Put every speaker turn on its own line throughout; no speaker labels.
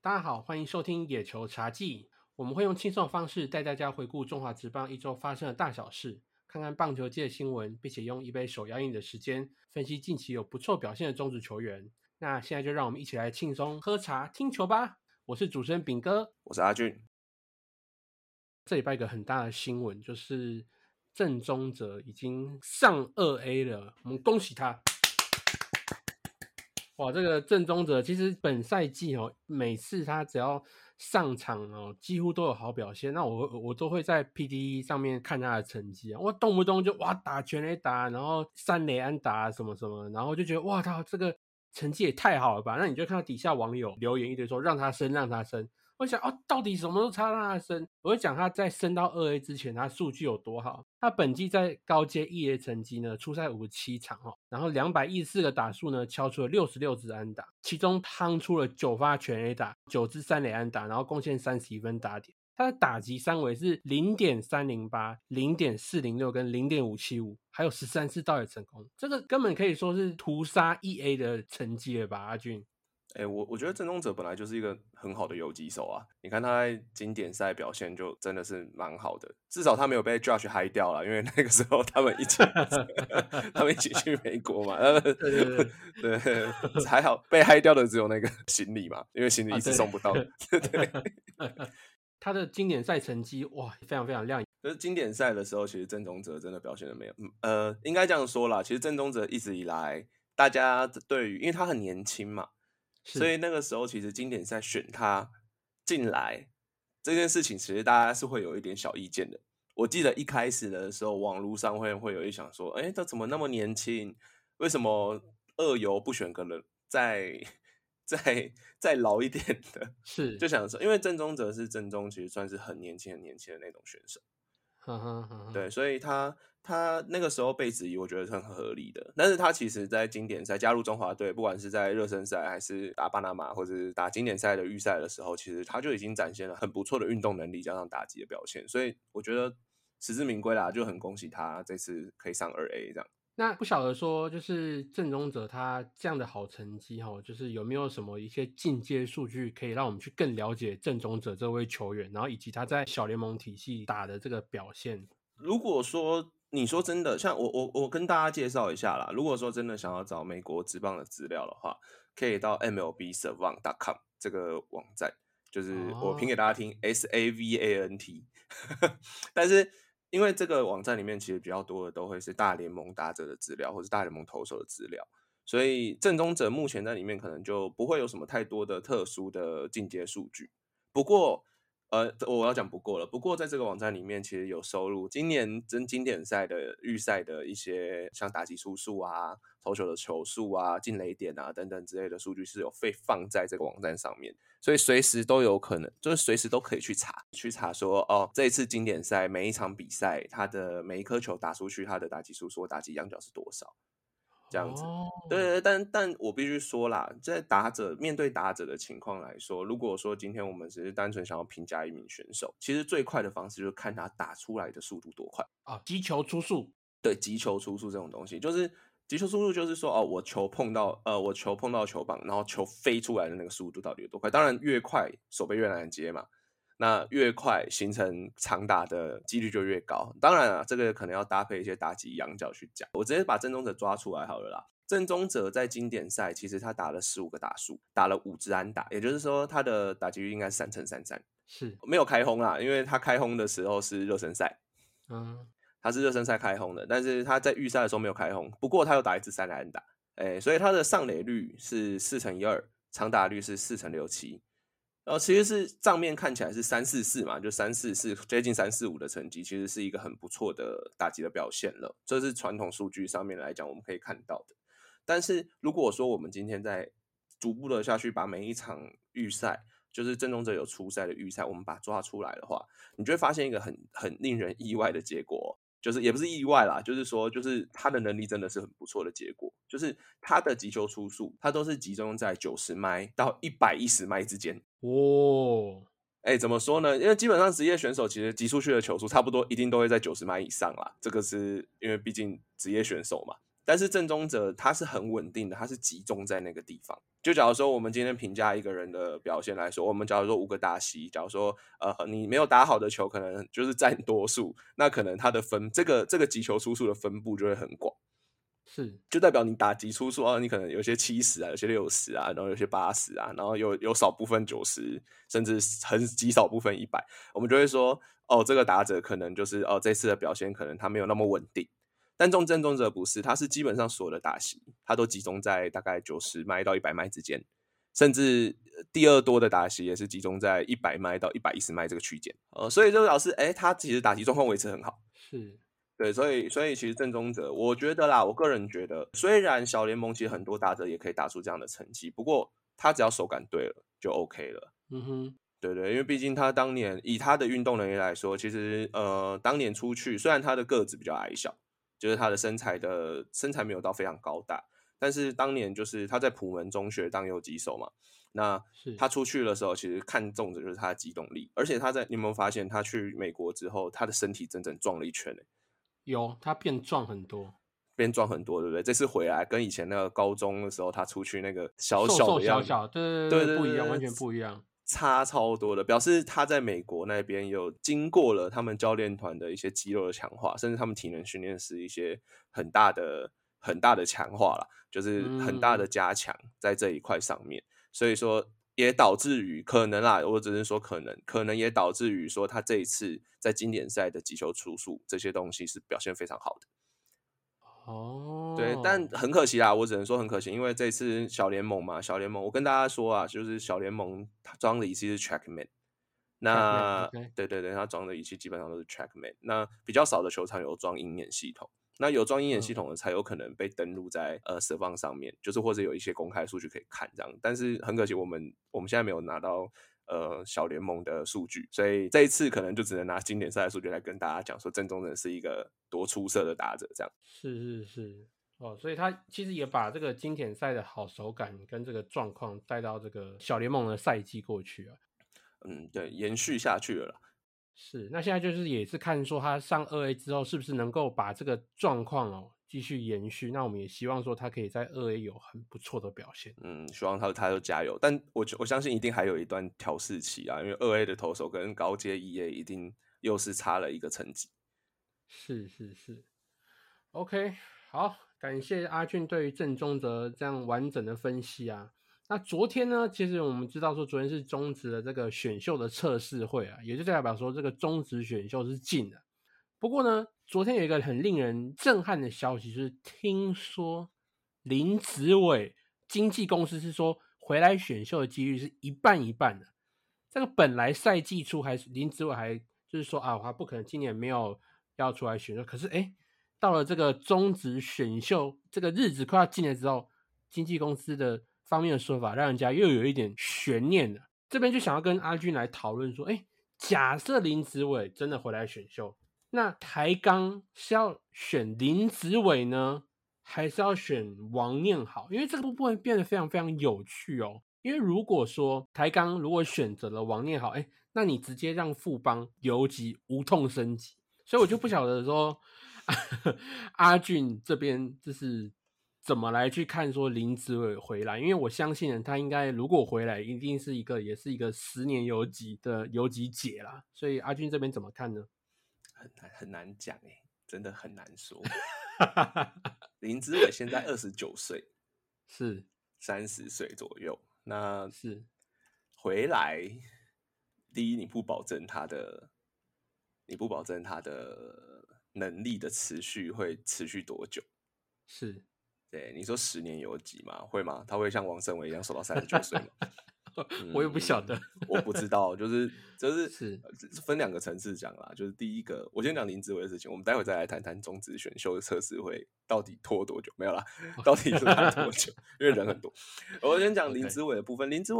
大家好，欢迎收听野球茶记。我们会用轻松的方式带大家回顾中华职棒一周发生的大小事，看看棒球界的新闻，并且用一杯手摇饮的时间分析近期有不错表现的中职球员。那现在就让我们一起来轻松喝茶听球吧。我是主持人炳哥，
我是阿俊。
这礼拜有一个很大的新闻，就是郑宗哲已经上2A 了，我们恭喜他。哇，这个郑宗哲其实本赛季每次他只要上场几乎都有好表现。那我都会在 PTT 上面看他的成绩我动不动就打全垒打，然后3垒安打什么什么，然后就觉得哇，他这个成绩也太好了吧？那你就看到底下网友留言一堆说让他升，让他升。我想到底什么都差让他升？我会讲他在升到2A 之前，他数据有多好。他本季在高阶1A 成绩呢，出赛57场然后214个打数呢，敲出了66支安打，其中夯出了9发全垒打，9支3垒安打，然后贡献31分打点。他的打击三围是 0.308、0.406 跟 0.575， 还有13次盗垒成功，这个根本可以说是屠杀 1A 的成绩了吧，阿俊？
我觉得郑宗哲本来就是一个很好的游击手啊，你看他在经典赛表现就真的是蛮好的，至少他没有被 Josh 嗨掉了，因为那个时候他们一起去美国嘛，
对，
对，还好被嗨掉的只有那个行李嘛，因为行李一直送不到。对，
他的经典赛成绩哇，非常非常亮眼。
可是经典赛的时候，其实郑宗哲真的表现的没有，应该这样说啦，其实郑宗哲一直以来，大家对于因为他很年轻嘛。所以那个时候，其实经典赛选他进来这件事情，其实大家是会有一点小意见的。我记得一开始的时候，网络上会有一想说，他怎么那么年轻？为什么二游不选个人再老一点的？
是，
就想说，因为郑宗哲是郑宗，其实算是很年轻的那种选手。对，所以他那个时候被质疑，我觉得是很合理的。但是他其实在经典赛加入中华队，不管是在热身赛还是打巴拿马，或者是打经典赛的预赛的时候，其实他就已经展现了很不错的运动能力，加上打击的表现。所以我觉得实至名归啦，就很恭喜他这次可以上2A 这样。
那不晓得说，就是郑宗哲他这样的好成绩就是有没有什么一些进阶数据可以让我们去更了解郑宗哲这位球员，然后以及他在小联盟体系打的这个表现？
如果说你说真的，像我跟大家介绍一下啦。如果说真的想要找美国职棒的资料的话，可以到 MLBSavant.com 这个网站，就是我拼给大家听，SAVANT。但是因为这个网站里面其实比较多的都会是大联盟打者的资料，或是大联盟投手的资料，所以郑宗哲目前在里面可能就不会有什么太多的特殊的进阶数据。不过我要讲不过了。不过在这个网站里面，其实有收录今年真经典赛的预赛的一些像打击出数啊、投球的球数啊、进垒点啊等等之类的数据，是有被放在这个网站上面，所以随时都有可能，就是随时都可以去查说这一次经典赛每一场比赛，它的每一颗球打出去，它的打击出数、打击仰角是多少。这样子，对，但我必须说啦，在面对打者的情况来说，如果说今天我们只是单纯想要评价一名选手，其实最快的方式就是看他打出来的速度多快
击球出速。
对，击球出速这种东西，就是击球出速，就是说我球碰到球棒，然后球飞出来的那个速度到底有多快？当然，越快手背越难接嘛。那越快形成长打的几率就越高。当然这个可能要搭配一些打击仰角去讲。我直接把郑宗哲抓出来好了啦。郑宗哲在经典赛其实他打了15个打数，打了5支安打，也就是说他的打击率应该是3乘33，
是
没有开轰啦，因为他开轰的时候是热身赛，他是热身赛开轰的，但是他在预赛的时候没有开轰。不过他有打1支3垒安打，所以他的上垒率是4乘12，长打率是4乘67。然后其实是账面看起来是344嘛，就344接近345的成绩，其实是一个很不错的打击的表现了。这是传统数据上面来讲我们可以看到的。但是如果说我们今天在逐步的下去把每一场预赛，就是郑宗哲有出赛的预赛，我们把它抓出来的话，你就会发现一个很令人意外的结果就是也不是意外啦，就是说就是他的能力真的是很不错的结果，就是他的击球出速，他都是集中在90迈到110迈之间。怎么说呢？因为基本上职业选手其实击出去的球速差不多一定都会在90迈以上啦，这个是因为毕竟职业选手嘛。 但是郑宗哲他是很稳定的，他是集中在那个地方。就假如说我们今天评价一个人的表现来说，我们假如说5个打席，假如说你没有打好的球，可能就是占多数，那可能他的这个击球出数的分布就会很广。
是，
就代表你打击出数你可能有些70啊，有些60啊，然后有些80啊，然后有少部分90，甚至很极少部分100，我们就会说这个打者可能就是这次的表现可能他没有那么稳定。但郑宗哲不是，他是基本上所有的打席他都集中在大概90迈到100迈之间，甚至第二多的打席也是集中在100迈到110迈这个区间。所以就表示他其实打击状况维持很好。
是。
对，所以其实郑宗哲，我觉得啦，我个人觉得，虽然小联盟其实很多打者也可以打出这样的成绩，不过他只要手感对了就 OK 了。
嗯哼，
对，因为毕竟他当年以他的运动能力来说，其实当年出去，虽然他的个子比较矮小，就是他的身材没有到非常高大，但是当年就是他在普门中学当游击手嘛，那他出去的时候，其实看重的就是他的机动力，而且你有没有发现他去美国之后，他的身体整整壮了一圈呢？
有，他变壮很多，
变壮很多，对不对？这次回来跟以前那个高中的时候他出去那个小
瘦瘦
小的样子，
小小，对
对，
不一样，完全不一样。
差超多的，表示他在美国那边有经过了他们教练团的一些肌肉的强化，甚至他们体能训练师一些很大的强化啦，就是很大的加强在这一块上面。所以说也导致于可能啦，我只是说可能也导致于说他这一次在经典赛的击球出数这些东西是表现非常好的。对，但很可惜啦，我只能说很可惜，因为这次小联盟嘛，我跟大家说啊，就是小联盟它装的仪器是 TrackMan，那对，它装的仪器基本上都是 TrackMan，那比较少的球场有装鹰眼系统，那有装鹰眼系统的才有可能被登录在Savant 上面，就是或者有一些公开数据可以看这样，但是很可惜我们现在没有拿到小联盟的数据，所以这一次可能就只能拿经典赛的数据来跟大家讲说郑宗哲是一个多出色的打者这样。
是所以他其实也把这个经典赛的好手感跟这个状况带到这个小联盟的赛季过去啊。
对，延续下去了啦。
是，那现在就是也是看说他上2A 之后是不是能够把这个状况继续延续。那我们也希望说他可以在2A 有很不错的表现。
希望他就加油。但我相信一定还有一段调试期啊，因为2A 的投手跟高阶1A 一定又是差了一个层级。
是，OK， 好，感谢阿俊对于郑宗哲这样完整的分析啊。那昨天呢，其实我们知道说昨天是中职的这个选秀的测试会啊，也就代表说这个中职选秀是进的。不过呢，昨天有一个很令人震撼的消息，就是听说林子伟经纪公司是说回来选秀的几率是一半一半的。这个本来赛季初还是林子伟还就是说他不可能今年没有要出来选秀，可是到了这个中职选秀这个日子快要近了之后，经纪公司的方面的说法让人家又有一点悬念了。这边就想要跟阿俊来讨论说，假设林子伟真的回来选秀，那台钢是要选林子伟呢，还是要选王念好？因为这个部分变得非常非常有趣哦。因为如果说台钢如果选择了王念好，那你直接让富邦游击无痛升级，所以我就不晓得说阿俊这边就是怎么来去看说林子伟回来，因为我相信他应该如果回来，一定是也是一个10年游击的游击姐啦。所以阿俊这边怎么看呢？
很难讲真的很难说。林子伟现在29岁，
是
30岁左右。那
是
回来，第一你不保证他的能力的持续会持续多久？
是，
对，你说10年游击吗？会吗？他会像王胜伟一样守到39岁吗？
我也不晓得，
我不知道，就是
是
分2个层次讲啦。就是第一个，我先讲林子伟的事情，我们待会再来谈谈中职选秀的测试会到底拖多久？没有啦，到底是谈多久？因为人很多。我先讲林子伟的部分。林子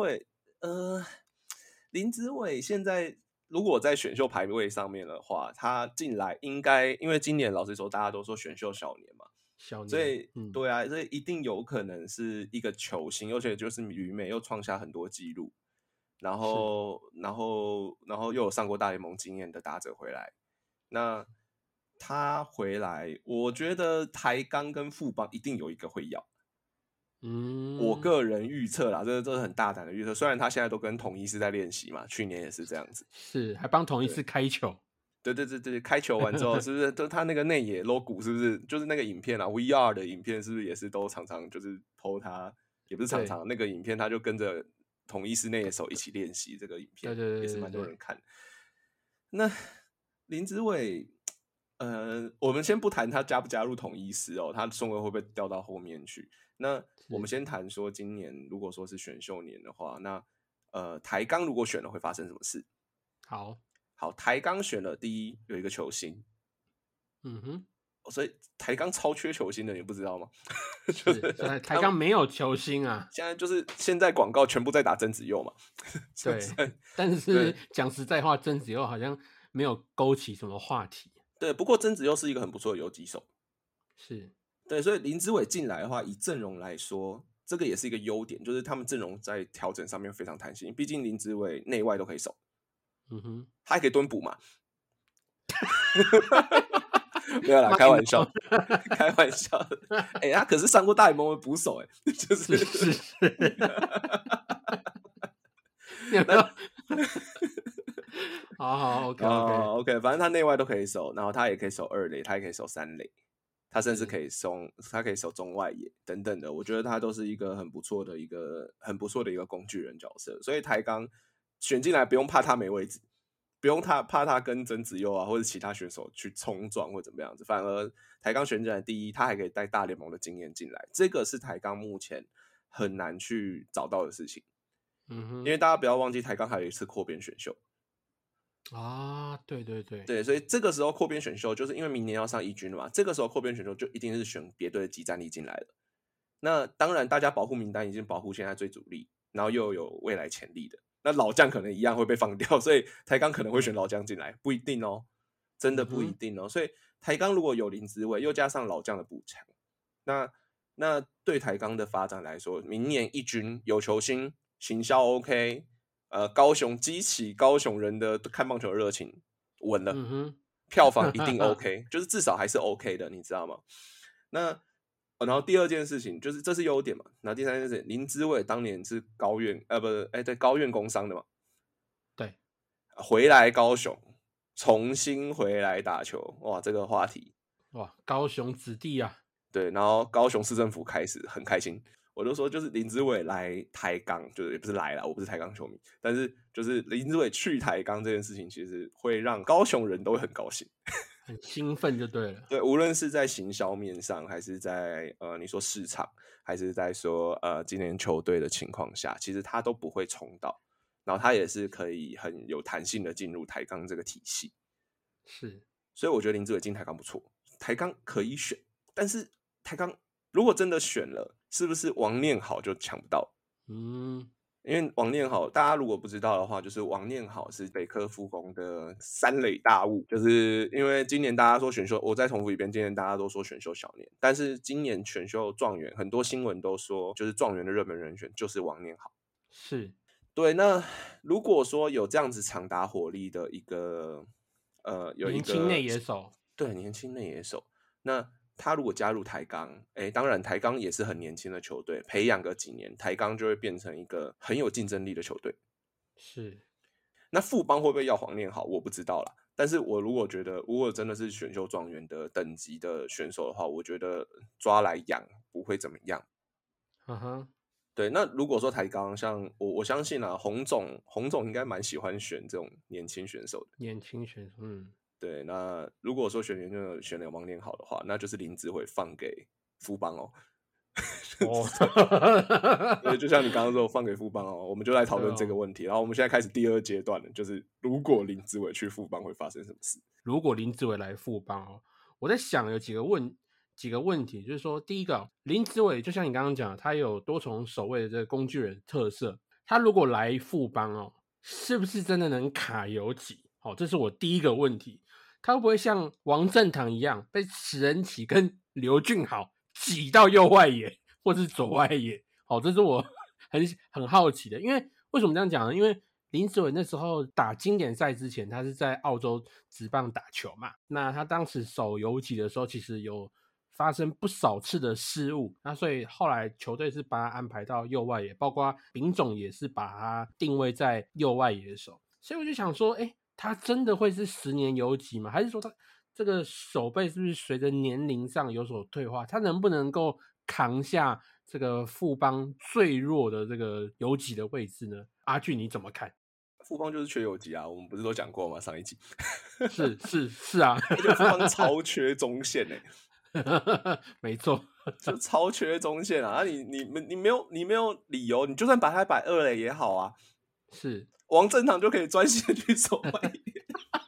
伟现在如果在选秀排位上面的话，他进来应该，因为今年老实说，大家都说选秀小年嘛。所以对啊，所以一定有可能是一个球星，而且就是旅美又创下很多纪录，然后又有上过大联盟经验的打者回来，那他回来，我觉得台钢跟富邦一定有一个会要。我个人预测啦，这是很大胆的预测。虽然他现在都跟统一是在练习嘛，去年也是这样子，
是还帮统一是开球。
对，开球完之后，是不是就他那个内野 logo 是不是就是那个影片啊 ？VR 的影片是不是也是都常常就是 po 他，也不是常常那个影片，他就跟着统一师内野手一起练习，这个影片也是蛮多人看。那林子伟，我们先不谈他加不加入统一师哦，他顺位会不会掉到后面去？那我们先谈说今年如果说是选秀年的话，那台钢如果选了会发生什么事？好，台钢选了第一有一个球星，所以台钢超缺球星的，你不知道吗？
就是台钢没有球星啊，
现在就是现在广告全部在打曾子佑嘛。
对，但是讲实在话，曾子佑好像没有勾起什么话题。
对，不过曾子佑是一个很不错的游击手，
是
对，所以林子伟进来的话，以阵容来说，这个也是一个优点，就是他们阵容在调整上面非常弹性，毕竟林子伟内外都可以守，他还可以蹲补嘛。没有啦，开玩笑，开玩笑。他可是上过大联盟的捕手，就是
好 OK，
反正他内外都可以守，然后他也可以守二垒，他也可以守三垒，他甚至可以他可以守中外野等等的。我觉得他都是一个很不错的一个工具人角色，所以台钢选进来不用怕他没位置。不用怕他跟曾子佑啊或者其他选手去冲撞或怎么样子，反而台钢选进来第一，他还可以带大联盟的经验进来，这个是台钢目前很难去找到的事情。因为大家不要忘记台钢还有一次扩编选秀
啊，
对，所以这个时候扩编选秀就是因为明年要上一军了嘛，这个时候扩编选秀就一定是选别队的即战力进来了。那当然，大家保护名单已经保护现在最主力，然后又有未来潜力的。那老将可能一样会被放掉，所以台钢可能会选老将进来，不一定哦，真的不一定哦。所以台钢如果有林子伟，又加上老将的补强，那对台钢的发展来说，明年一军有球星，行销 OK，高雄激起高雄人的看棒球的热情，稳了，票房一定 OK， 就是至少还是 OK 的，你知道吗？那然后第二件事情就是这是优点嘛，然后第三件事情，林子伟当年是高院对高院工商的嘛，
对，
回来高雄重新回来打球，哇，这个话题，
哇，高雄子弟啊，
对，然后高雄市政府开始很开心，我就说就是林子伟来台钢，就是也不是来了，我不是台钢球迷，但是就是林子伟去台钢这件事情，其实会让高雄人都会很高兴。
很兴奋就对了。
对，无论是在行销面上，还是在你说市场，还是在说今年球队的情况下，其实他都不会冲到，然后他也是可以很有弹性的进入台钢这个体系。
是，
所以我觉得林子伟进台钢不错，台钢可以选，但是台钢如果真的选了，是不是王念好就抢不到？因为王念好，大家如果不知道的话，就是王念好是北科复工的三垒大物，就是因为今年大家说选秀，我再重复一遍，今年大家都说选秀小年，但是今年选秀状元，很多新闻都说，就是状元的热门人选就是王念好。
是，
对。那如果说有这样子强打火力的一个有一个
年轻内野手，
对，年轻内野手，那他如果加入台钢，当然台钢也是很年轻的球队，培养个几年，台钢就会变成一个很有竞争力的球队。
是，
那富邦会不会要黄念好，我不知道啦。但是我如果觉得，如果真的是选秀状元的等级的选手的话，我觉得抓来养不会怎么样。对，那如果说台钢，像我相信啊，洪总应该蛮喜欢选这种年轻选手的。
年轻选手，
对，那如果说选了王念好的话，那就是林子伟放给富邦哦。对，就像你刚刚说放给富邦哦，我们就来讨论这个问题。然后我们现在开始第二阶段了，就是如果林子伟去富邦会发生什么事？
如果林子伟来富邦哦，我在想有几个问题，就是说第一个，林子伟就像你刚刚讲，他有多重守卫的这个工具人特色，他如果来富邦哦，是不是真的能卡游击？这是我第一个问题。他会不会像王正堂一样被史仁启跟刘俊豪挤到右外野或是左外野？这是我很好奇的。因为为什么这样讲呢？因为林子伟那时候打经典赛之前，他是在澳洲职棒打球嘛，那他当时守游击的时候，其实有发生不少次的失误，那所以后来球队是把他安排到右外野，包括丙总也是把他定位在右外野手，所以我就想说，他真的会是10年游击吗？还是说他这个手背是不是随着年龄上有所退化？他能不能够扛下这个富邦最弱的这个游击的位置呢？阿俊你怎么看？
富邦就是缺游击啊，我们不是都讲过吗？上一集
是啊，
而且富邦超缺中线
没错，
就超缺中线啊！你没有理由，你就算把他摆2垒也好啊。
是
王正堂就可以专线去守外野。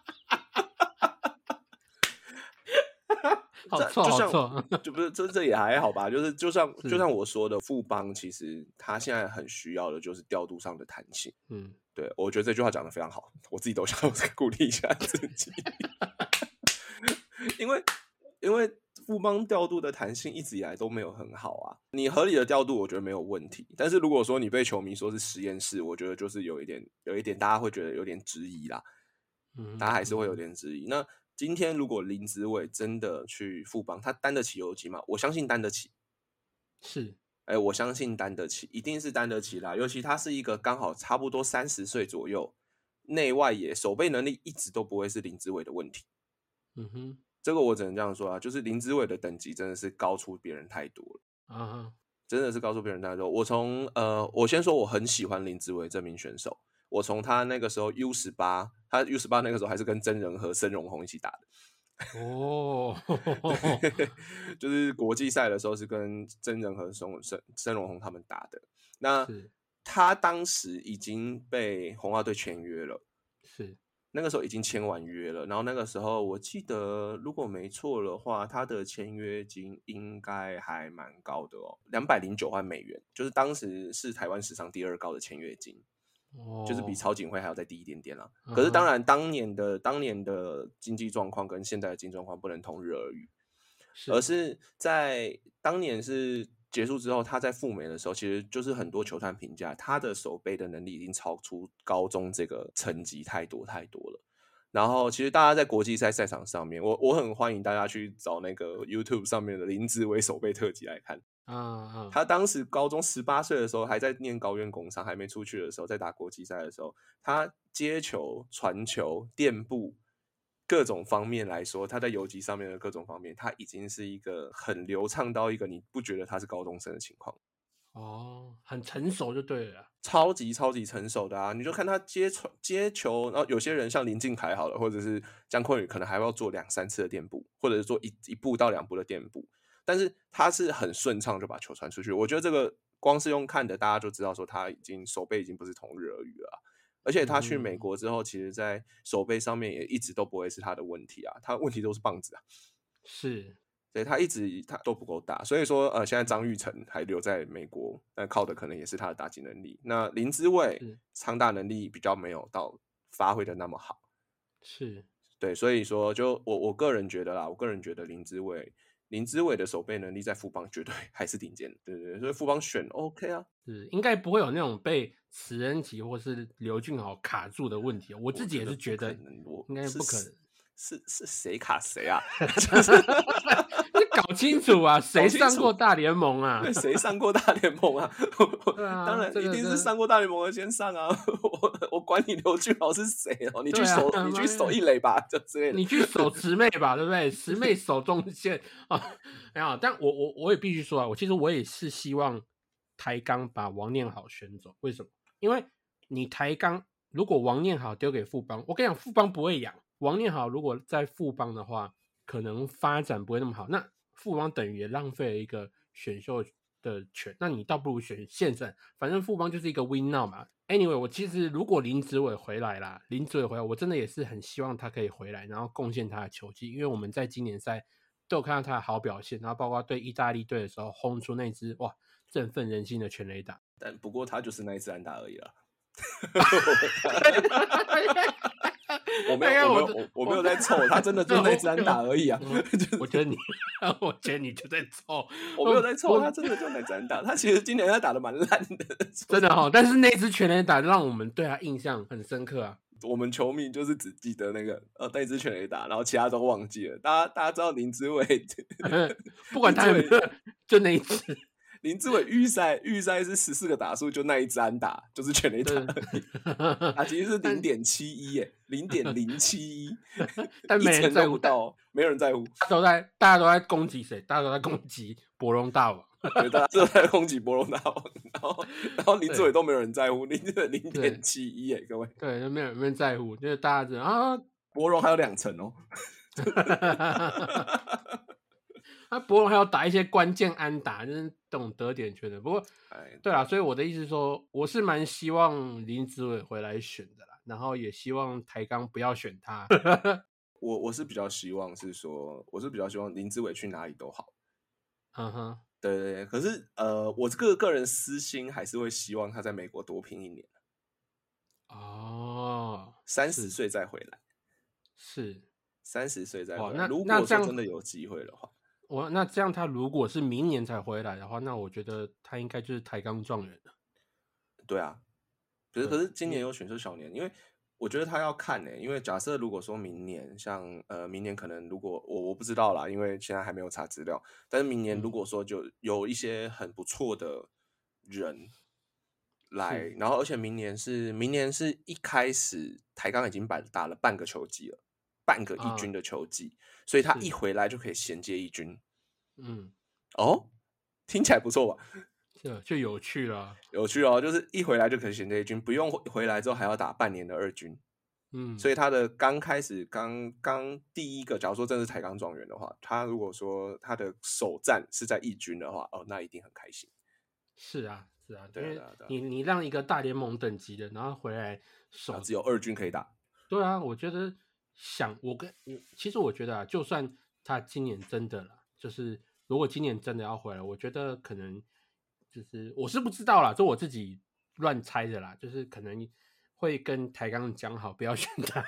好臭好臭，
就不是这也还好吧，就像我说的，富邦其实他现在很需要的就是调度上的弹性。对，我觉得这句话讲得非常好，我自己都想鼓励一下自己。因为富邦调度的弹性一直以来都没有很好啊，你合理的调度我觉得没有问题，但是如果说你被球迷说是实验室，我觉得就是有一点大家会觉得有点质疑啦，大家还是会有点质疑。那今天如果林子伟真的去富邦，他担得起游击吗？我相信担得起。
是，
我相信担得起，一定是担得起啦。尤其他是一个刚好差不多30岁左右，内外野守备能力一直都不会是林子伟的问题。这个我只能这样说啊，就是林子伟的等级真的是高出别人太多了。真的是高出别人太多。我先说我很喜欢林子伟这名选手。我从他那个时候 U18， 他 U18 那个时候还是跟曾仁和、申荣宏一起打的。就是国际赛的时候是跟曾仁和、申荣宏他们打的。那他当时已经被红袜队签约了，
是
那个时候已经签完约了。然后那个时候我记得如果没错的话，他的签约金应该还蛮高的哦，$209万，就是当时是台湾史上第2高的签约金。就是比曹锦辉还要再低一点点啦。可是当然当年的经济状况跟现在的经济状况不能同日而语，而是在当年是结束之后，他在赴美的时候，其实就是很多球探评价他的守备的能力已经超出高中这个层级太多了。然后其实大家在国际赛赛场上面，我很欢迎大家去找那个 YouTube 上面的林子伟守备特辑来看。他当时高中18岁的时候，还在念高院工商，还没出去的时候，在打国际赛的时候，他接球、传球、垫步各种方面来说，他在游击上面的各种方面，他已经是一个很流畅到一个你不觉得他是高中生的情况。
很成熟就对了，
超级成熟的啊！你就看他接球，然后有些人像林敬凯好了，或者是江坤宇，可能还要做2-3次的垫步，或者是做一步到2步的垫步。但是他是很顺畅就把球传出去，我觉得这个光是用看的大家就知道说他手背已经不是同日而语了。而且他去美国之后，其实在手背上面也一直都不会是他的问题啊，他问题都是棒子啊。
是，
对，他都不够大，所以说现在张育成还留在美国，但靠的可能也是他的打击能力。那林子伟长打能力比较没有到发挥的那么好，
是
对，所以说就我个人觉得啦，林子伟的守备能力在富邦绝对还是顶尖的，对，所以富邦选 OK 啊，
应该不会有那种被慈恩吉或是刘俊豪卡住的问题。我自己也是觉得应该不可能，
是谁卡谁啊？
你搞清楚啊，谁上过大联盟啊？
谁上过大联盟啊？当然一定是上过大联盟的先上啊！我管你刘俊豪是谁哦，你去守一垒吧，就之类的。
你去守慈妹吧，对不对？慈妹守中线啊，没有。但我也必须说啊，其实我也是希望台钢把王念好选走。为什么？因为你台钢如果王念好丢给富邦，我跟你讲，富邦不会养。王念好如果在富邦的话，可能发展不会那么好。那富邦等于也浪费了一个选秀的权，那你倒不如选现成，反正富邦就是一个 win now 嘛。Anyway， 我其实如果林子伟回来，我真的也是很希望他可以回来，然后贡献他的球技，因为我们在今年赛都有看到他的好表现，然后包括对意大利队的时候轰出那支哇振奋人心的全垒打。
但不过他就是那一支安打而已啦。 我没有在凑，他真的就那支安打而已啊。
我觉得你，我觉得你就在凑，
我没有在凑，他真的就那支安打。他其实今年他打的蛮烂的，
真的哈。但是那支全垒打让我们对他印象很深刻啊。
我们球迷就是只记得那个那支全垒打，然后其他都忘记了。大家知道林志伟，
不管他有没有，就那一支。
林志伟预赛是14个打数，就那一支安打就是全垒打而已，其实是0.71耶，0.071，
但没人在乎
到，没人在乎，
大家都在攻击谁？大家都在攻击博龙大王，
对，大家都在攻击博龙大王，然后林志伟都没有人在乎，林志伟0.71耶，各位，
对，没有人在乎，就是大家知道啊，
博龙还有2层哦。
他博龙还要打一些关键安打，就是这种得点圈的。不过，对啦，所以我的意思是说，我是蛮希望林子伟回来选的啦，然后也希望台钢不要选他。
我是比较希望是说，我是比较希望林子伟去哪里都好。对对对，可是我这个人私心还是会希望他在美国多拼1年。
哦
，30岁再回来。
是
30岁再回
来。
如果说真的有机会的话，
那这样他如果是明年才回来的话，那我觉得他应该就是台钢状元了。
对啊，可是今年有选秀小年，因为我觉得他要看因为假设如果说明年像明年可能如果我不知道啦，因为现在还没有查资料，但是明年如果说就有一些很不错的人来，然后而且明年是一开始台钢已经打了半个球季了，半个一军的球季，所以他一回来就可以衔接一军。听起来不错吧？
就有趣了，
有趣哦，就是一回来就可以衔接一军，不用回来之后还要打半年的2军。所以他的刚开始刚第一个，假如说真的是台钢状元的话，他如果说他的首战是在一军的话，那一定很开心。
是啊，
对啊，
因为你让一个大联盟等级的，然后回来
只有2军可以打。
对啊，我觉得其实我觉得就算他今年真的啦，就是如果今年真的要回来，我觉得可能就是我是不知道啦，这我自己乱猜的啦，就是可能会跟台钢讲好，不要选他。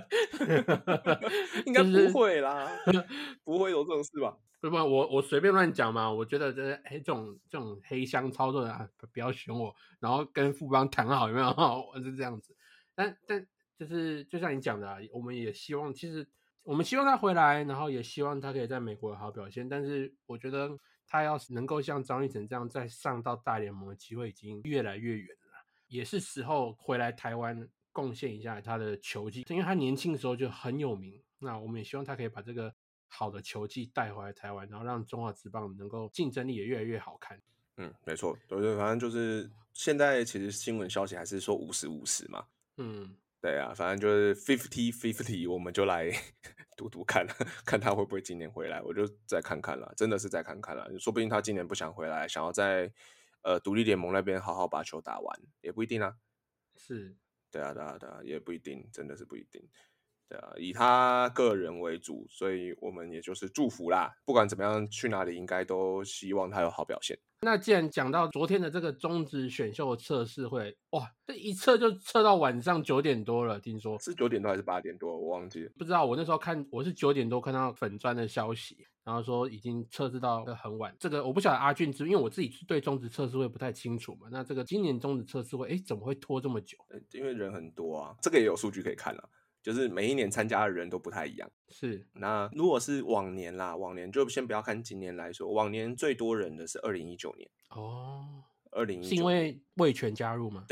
应该不会啦，不会有这种事吧？
不，我随便乱讲嘛。我觉得这种黑箱操作的不要选我，然后跟富邦谈好有没有？是这样子。但就是就像你讲的我们也希望，其实我们希望他回来，然后也希望他可以在美国有好表现。但是我觉得他要是能够像张育成这样再上到大联盟的机会已经越来越远了，也是时候回来台湾贡献一下他的球技，因为他年轻的时候就很有名。那我们也希望他可以把这个好的球技带回来台湾，然后让中华职棒能够竞争力也越来越好看。
没错，对，反正就是现在其实新闻消息还是说50-50嘛。对啊，反正就是 50-50，我们就来赌赌看，看他会不会今年回来，我就再看看啦，真的是再看看啦，说不定他今年不想回来，想要在独立联盟那边好好把球打完，也不一定啊。
是，
对啊，也不一定，真的是不一定。对啊，以他个人为主，所以我们也就是祝福啦，不管怎么样去哪里，应该都希望他有好表现。
那既然讲到昨天的这个中职选秀测试会，哇，这一测就测到晚上9点多了，听说
是9点多还是8点多，我忘记了，
不知道。我那时候看，我是9点多看到粉专的消息，然后说已经测试到很晚。这个我不晓得阿俊因为我自己对中职测试会不太清楚嘛。那这个今年中职测试会，怎么会拖这么久？
因为人很多啊，这个也有数据可以看啦。就是每一年参加的人都不太一样。
是，
那如果是往年啦，往年就先不要看今年来说，往年最多人的是2019年。2019
是因为味全加入吗？
对。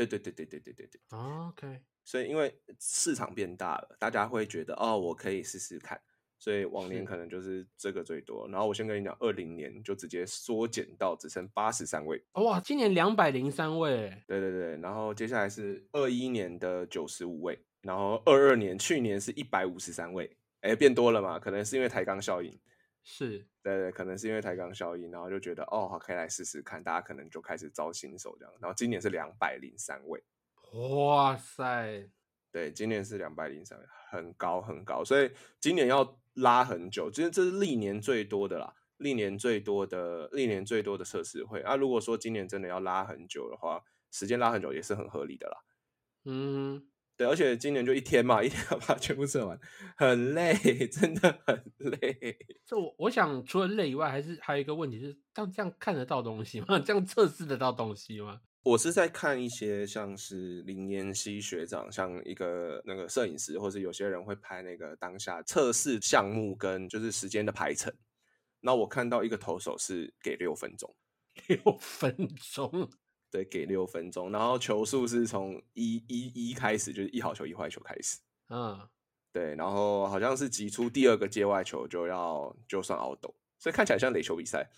OK。
所以因为市场变大了，大家会觉得我可以试试看，所以往年可能就是这个最多。然后我先跟你讲，20年就直接缩减到只剩83位。
哇，今年203位。
对，然后接下来是21年的95位。然后22年去年是153位，变多了嘛？可能是因为台钢效应，
是，
对，可能是因为台钢效应，然后就觉得好，可以来试试看，大家可能就开始招新手这样。然后今年是203位，
哇塞，
对，今年是203位，很高很高，所以今年要拉很久，这是历年最多的啦，历年最多的测试会啊。如果说今年真的要拉很久的话，时间拉很久也是很合理的啦。 对，而且今年就一天嘛，一天要把它全部测完，很累，真的很累。
这我想除了累以外，还有一个问题是，这样看得到东西吗？这样测试得到东西吗？
我是在看一些像是林彦熙学长，像一个那个摄影师，或是有些人会拍那个当下测试项目跟就是时间的排程。那我看到一个投手是给6分钟
6分钟，
对，给6分钟，然后球速是从一开始，就是1好球1坏球开始。
嗯，
对，然后好像是击出第2个界外球就算 out， 所以看起来像垒球比赛，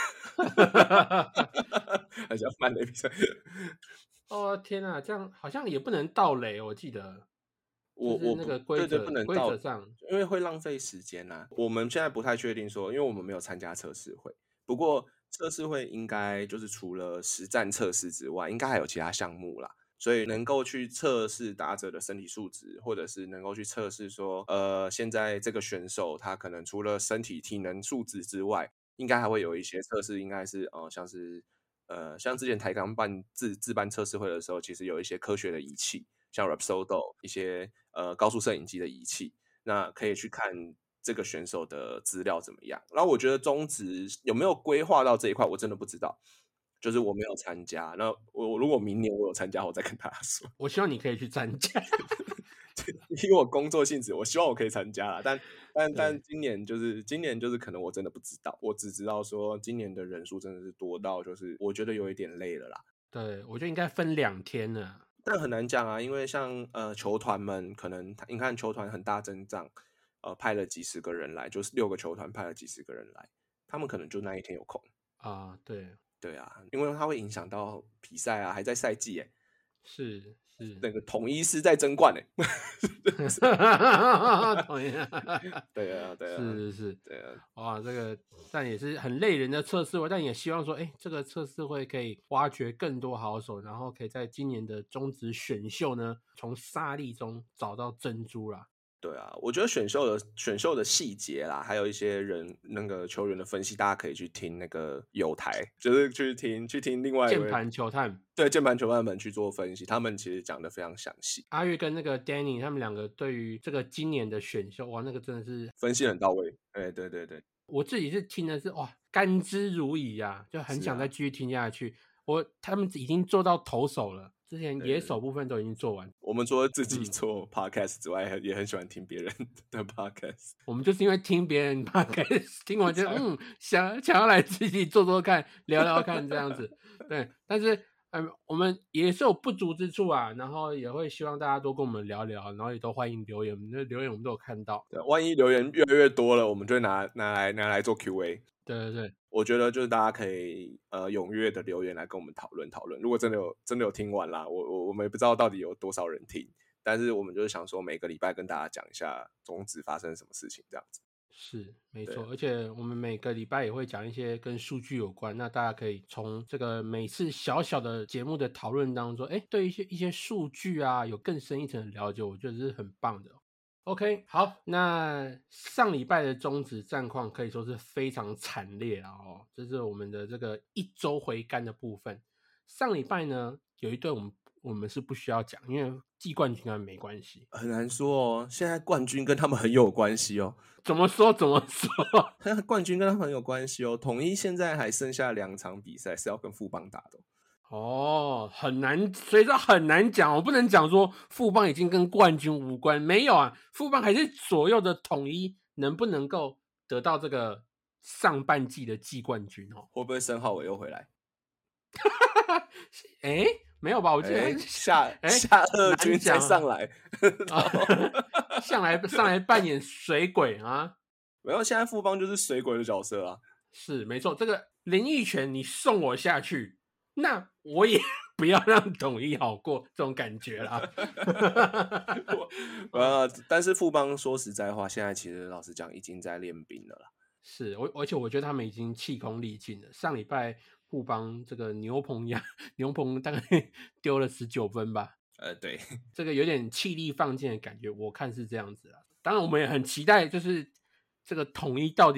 很像慢垒比赛。
哦天啊，这样好像也不能盗垒，我记得就是那
我不
个规
对，不
则
能到，
上，
因为会浪费时间啊。我们现在不太确定说，因为我们没有参加测试会。不过测试会应该就是除了实战测试之外，应该还有其他项目啦。所以能够去测试打者的身体素质，或者是能够去测试说，现在这个选手他可能除了身体体能素质之外，应该还会有一些测试，应该是像是像之前台钢办自办测试会的时候，其实有一些科学的仪器，像 Rapsodo 一些高速摄影机的仪器，那可以去看这个选手的资料怎么样。然后我觉得中职有没有规划到这一块，我真的不知道，就是我没有参加。那我如果明年我有参加，我再跟大家说。
我希望你可以去参加。
因为我工作性质，我希望我可以参加啦，但
对
今年就是可能我真的不知道，我只知道说今年的人数真的是多到就是我觉得有一点累了啦。
对，我觉得应该分2天呢。
但很难讲啊，因为像球团们可能你看球团很大阵仗，派了几十个人来，就是6个球团派了几十个人来，他们可能就那一天有空。
啊，对，
对啊，因为它会影响到比赛啊，还在赛季耶，
是，
那个统一是在争冠哎。
同意啊，
对啊，对啊，
是，
对啊，
哇，这个但也是很累人的测试会，但也希望说，这个测试会可以挖掘更多好手，然后可以在今年的中职选秀呢，从沙粒中找到珍珠啦。
对啊，我觉得选秀的细节啦，还有一些人那个球员的分析，大家可以去听那个友台，就是去听另外一位
键盘球探
对键盘球探们去做分析，他们其实讲的非常详细，
阿月跟那个 Danny 他们2个对于这个今年的选秀，哇，那个真的是
分析很到位。对，
我自己是听的是哇，甘之如饴啊，就很想再继续听下去。他们已经做到投手了，之前野手部分都已经做完。
我们除了自己做 podcast 之外，也很喜欢听别人的 podcast。
我们就是因为听别人 podcast 听完就想要来自己做看，聊聊看这样子。对，但是我们也是有不足之处啊，然后也会希望大家多跟我们聊聊，然后也都欢迎留言，我们的留言我们都有看到。
对，万一留言越来越多了，我们就会拿来做 QA。
对，
我觉得就是大家可以踊跃的留言来跟我们讨论讨论。如果真的有听完啦，我们也不知道到底有多少人听，但是我们就是想说每个礼拜跟大家讲一下中职发生什么事情这样子。
是没错，而且我们每个礼拜也会讲一些跟数据有关，那大家可以从这个每次小小的节目的讨论当中，对一些数据啊有更深一层的了解，我觉得是很棒的。OK，好，那上礼拜的中职战况可以说是非常惨烈啊哦，这是我们的这个1周回甘的部分。上礼拜呢，有一队我们是不需要讲，因为季冠军跟他们没关系。
很难说哦，现在冠军跟他们很有关系哦。
怎么说？
现在冠军跟他们很有关系哦。统一现在还剩下2场比赛是要跟富邦打的
哦，很难，所以说很难讲，我不能讲说富邦已经跟冠军无关，没有啊，富邦还是左右的统一，能不能够得到这个上半季的季冠军哦？
会不会申浩伟又回来？
没有吧？我记得
下2军再上来，
上来扮演水鬼啊？
没有，现在富邦就是水鬼的角色啊。
是没错，这个林奕泉你送我下去，那我也不要让统一好过这种感觉啦。
但是富邦说实在话，现在其实老实讲已经在练兵了啦。
是，而且我觉得他们已经气功力尽了。上礼拜富邦这个牛棚大概丢了19分吧。
对，
这个有点气力放尽的感觉，我看是这样子啦。当然，我们也很期待，就是这个统一到底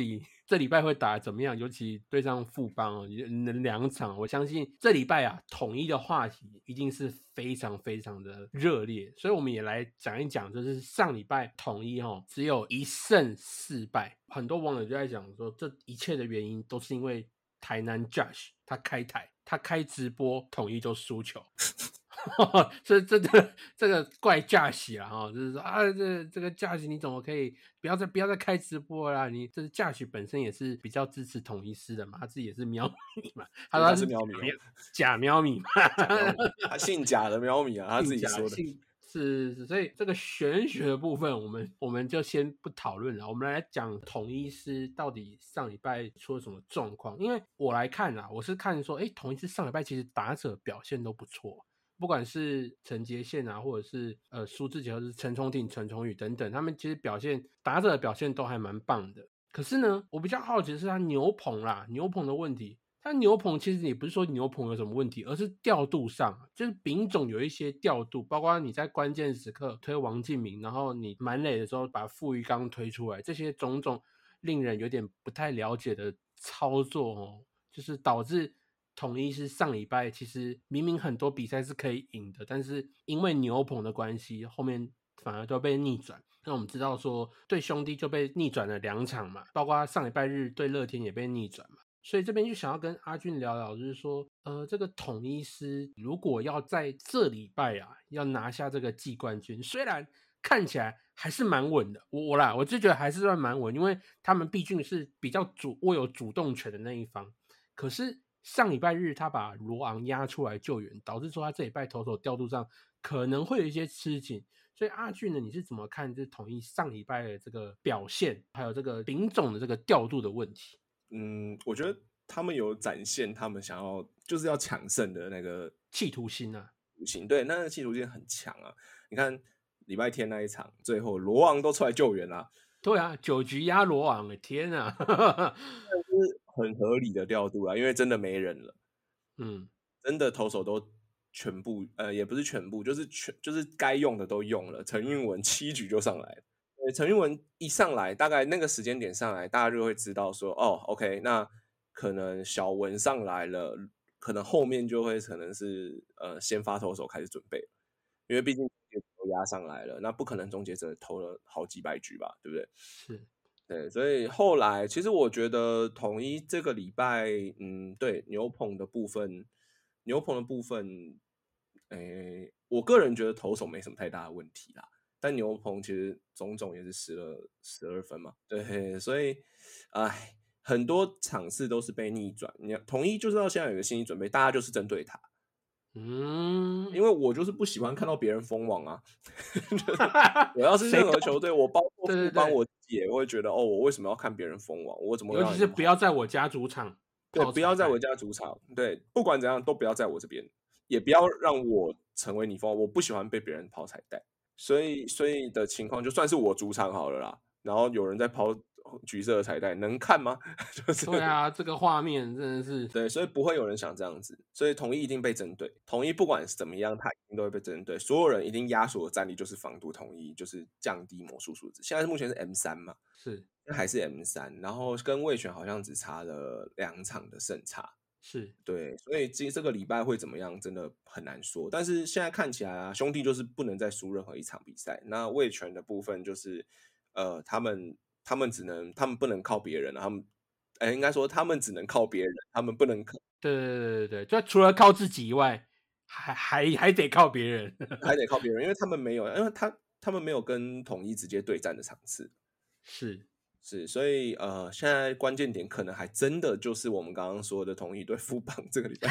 这礼拜会打得怎么样，尤其对上富邦哦，能2场，我相信这礼拜啊，统一的话题一定是非常非常的热烈，所以我们也来讲一讲，就是上礼拜统一只有1胜4败，很多网友就在讲说，这一切的原因都是因为台南 Josh 他开台，他开直播，统一就输球。所以这个怪驾驶啦就是说啊，这个驾驶你怎么可以不要再开直播啦？你这驾驶本身也是比较支持统一师的嘛，他自己也是喵米嘛，他说他是
喵米
假喵米嘛，
他姓假的喵米啊，他自己说的。
是，所以这个玄学的部分，我们就先不讨论了。我们来讲统一师到底上礼拜出了什么状况？因为我来看我是看说，统一师上礼拜其实打者表现都不错。不管是陈杰宪或者是苏智杰，或者是陈聪廷、陈崇宇等等，他们其实打者的表现都还蛮棒的。可是呢，我比较好奇的是他牛棚的问题。他牛棚其实也不是说牛棚有什么问题，而是调度上，就是丙种有一些调度，包括你在关键时刻推王敬明，然后你满垒的时候把傅裕刚推出来，这些种种令人有点不太了解的操作就是导致统一是上礼拜其实明明很多比赛是可以赢的，但是因为牛棚的关系，后面反而都被逆转。那我们知道说对兄弟就被逆转了2场嘛，包括上礼拜日对乐天也被逆转嘛。所以这边就想要跟阿俊聊聊，就是说这个统一师如果要在这礼拜要拿下这个季冠军，虽然看起来还是蛮稳的，我就觉得还是算蛮稳，因为他们毕竟是比较握有主动权的那一方。可是上礼拜日他把罗昂压出来救援，导致说他这礼拜投手调度上可能会有一些吃紧。所以阿俊呢，你是怎么看这统一上礼拜的这个表现，还有这个丙种的这个调度的问题？
我觉得他们有展现他们想要就是要抢胜的那个
企图心
对，那个企图心很强啊。你看礼拜天那一场，最后罗昂都出来救援啦。
对啊，9局压罗昂，天啊，
是很合理的调度啊，因为真的没人了。真的投手都全部也不是全部，就是该用的都用了。陈韵文7局就上来了。陈韵文一上来，大概那个时间点上来，大家就会知道说，OK，那可能小文上来了，可能后面就会可能是先发投手开始准备，因为毕竟终结者都压上来了，那不可能终结者投了好几百局吧，对不对？
是，
对，所以后来其实我觉得统一这个礼拜，对牛棚的部分，我个人觉得投手没什么太大的问题啦。但牛棚其实种种也是失了12分嘛，对，所以，很多场次都是被逆转。你统一就是要现在有个心理准备，大家就是针对他。因为我就是不喜欢看到别人封王啊。我要是任何球队，我包括富邦，我也会觉得我为什么要看别人封王？我怎么
尤其是不要在我家主场，
对，不要在我家主场，对，不管怎样都不要在我这边，也不要让我成为你封王。我不喜欢被别人抛彩带。所以的情况，就算是我主场好了啦，然后有人在抛橘色的彩带，能看吗？就是
对啊，这个画面真的是
对，所以不会有人想这样子，所以统一一定被针对。统一不管是怎么样，他一定都会被针对。所有人一定压缩的战力就是防堵统一，就是降低魔术数字。现在目前是 M3 嘛，
是
还是 M3，然后跟味全好像只差了2场的胜差。
是，对，
所以这个礼拜会怎么样，真的很难说。但是现在看起来兄弟就是不能再输任何一场比赛。那味全的部分就是，他们不能靠别人了，应该说他们只能靠别人，他们不能靠。
对，就除了靠自己以外，还得靠别人，
还得靠别人，因为他们没有，因为他们没有跟统一直接对战的场次。是，所以现在关键点可能还真的就是我们刚刚说的统一对富邦这个礼拜。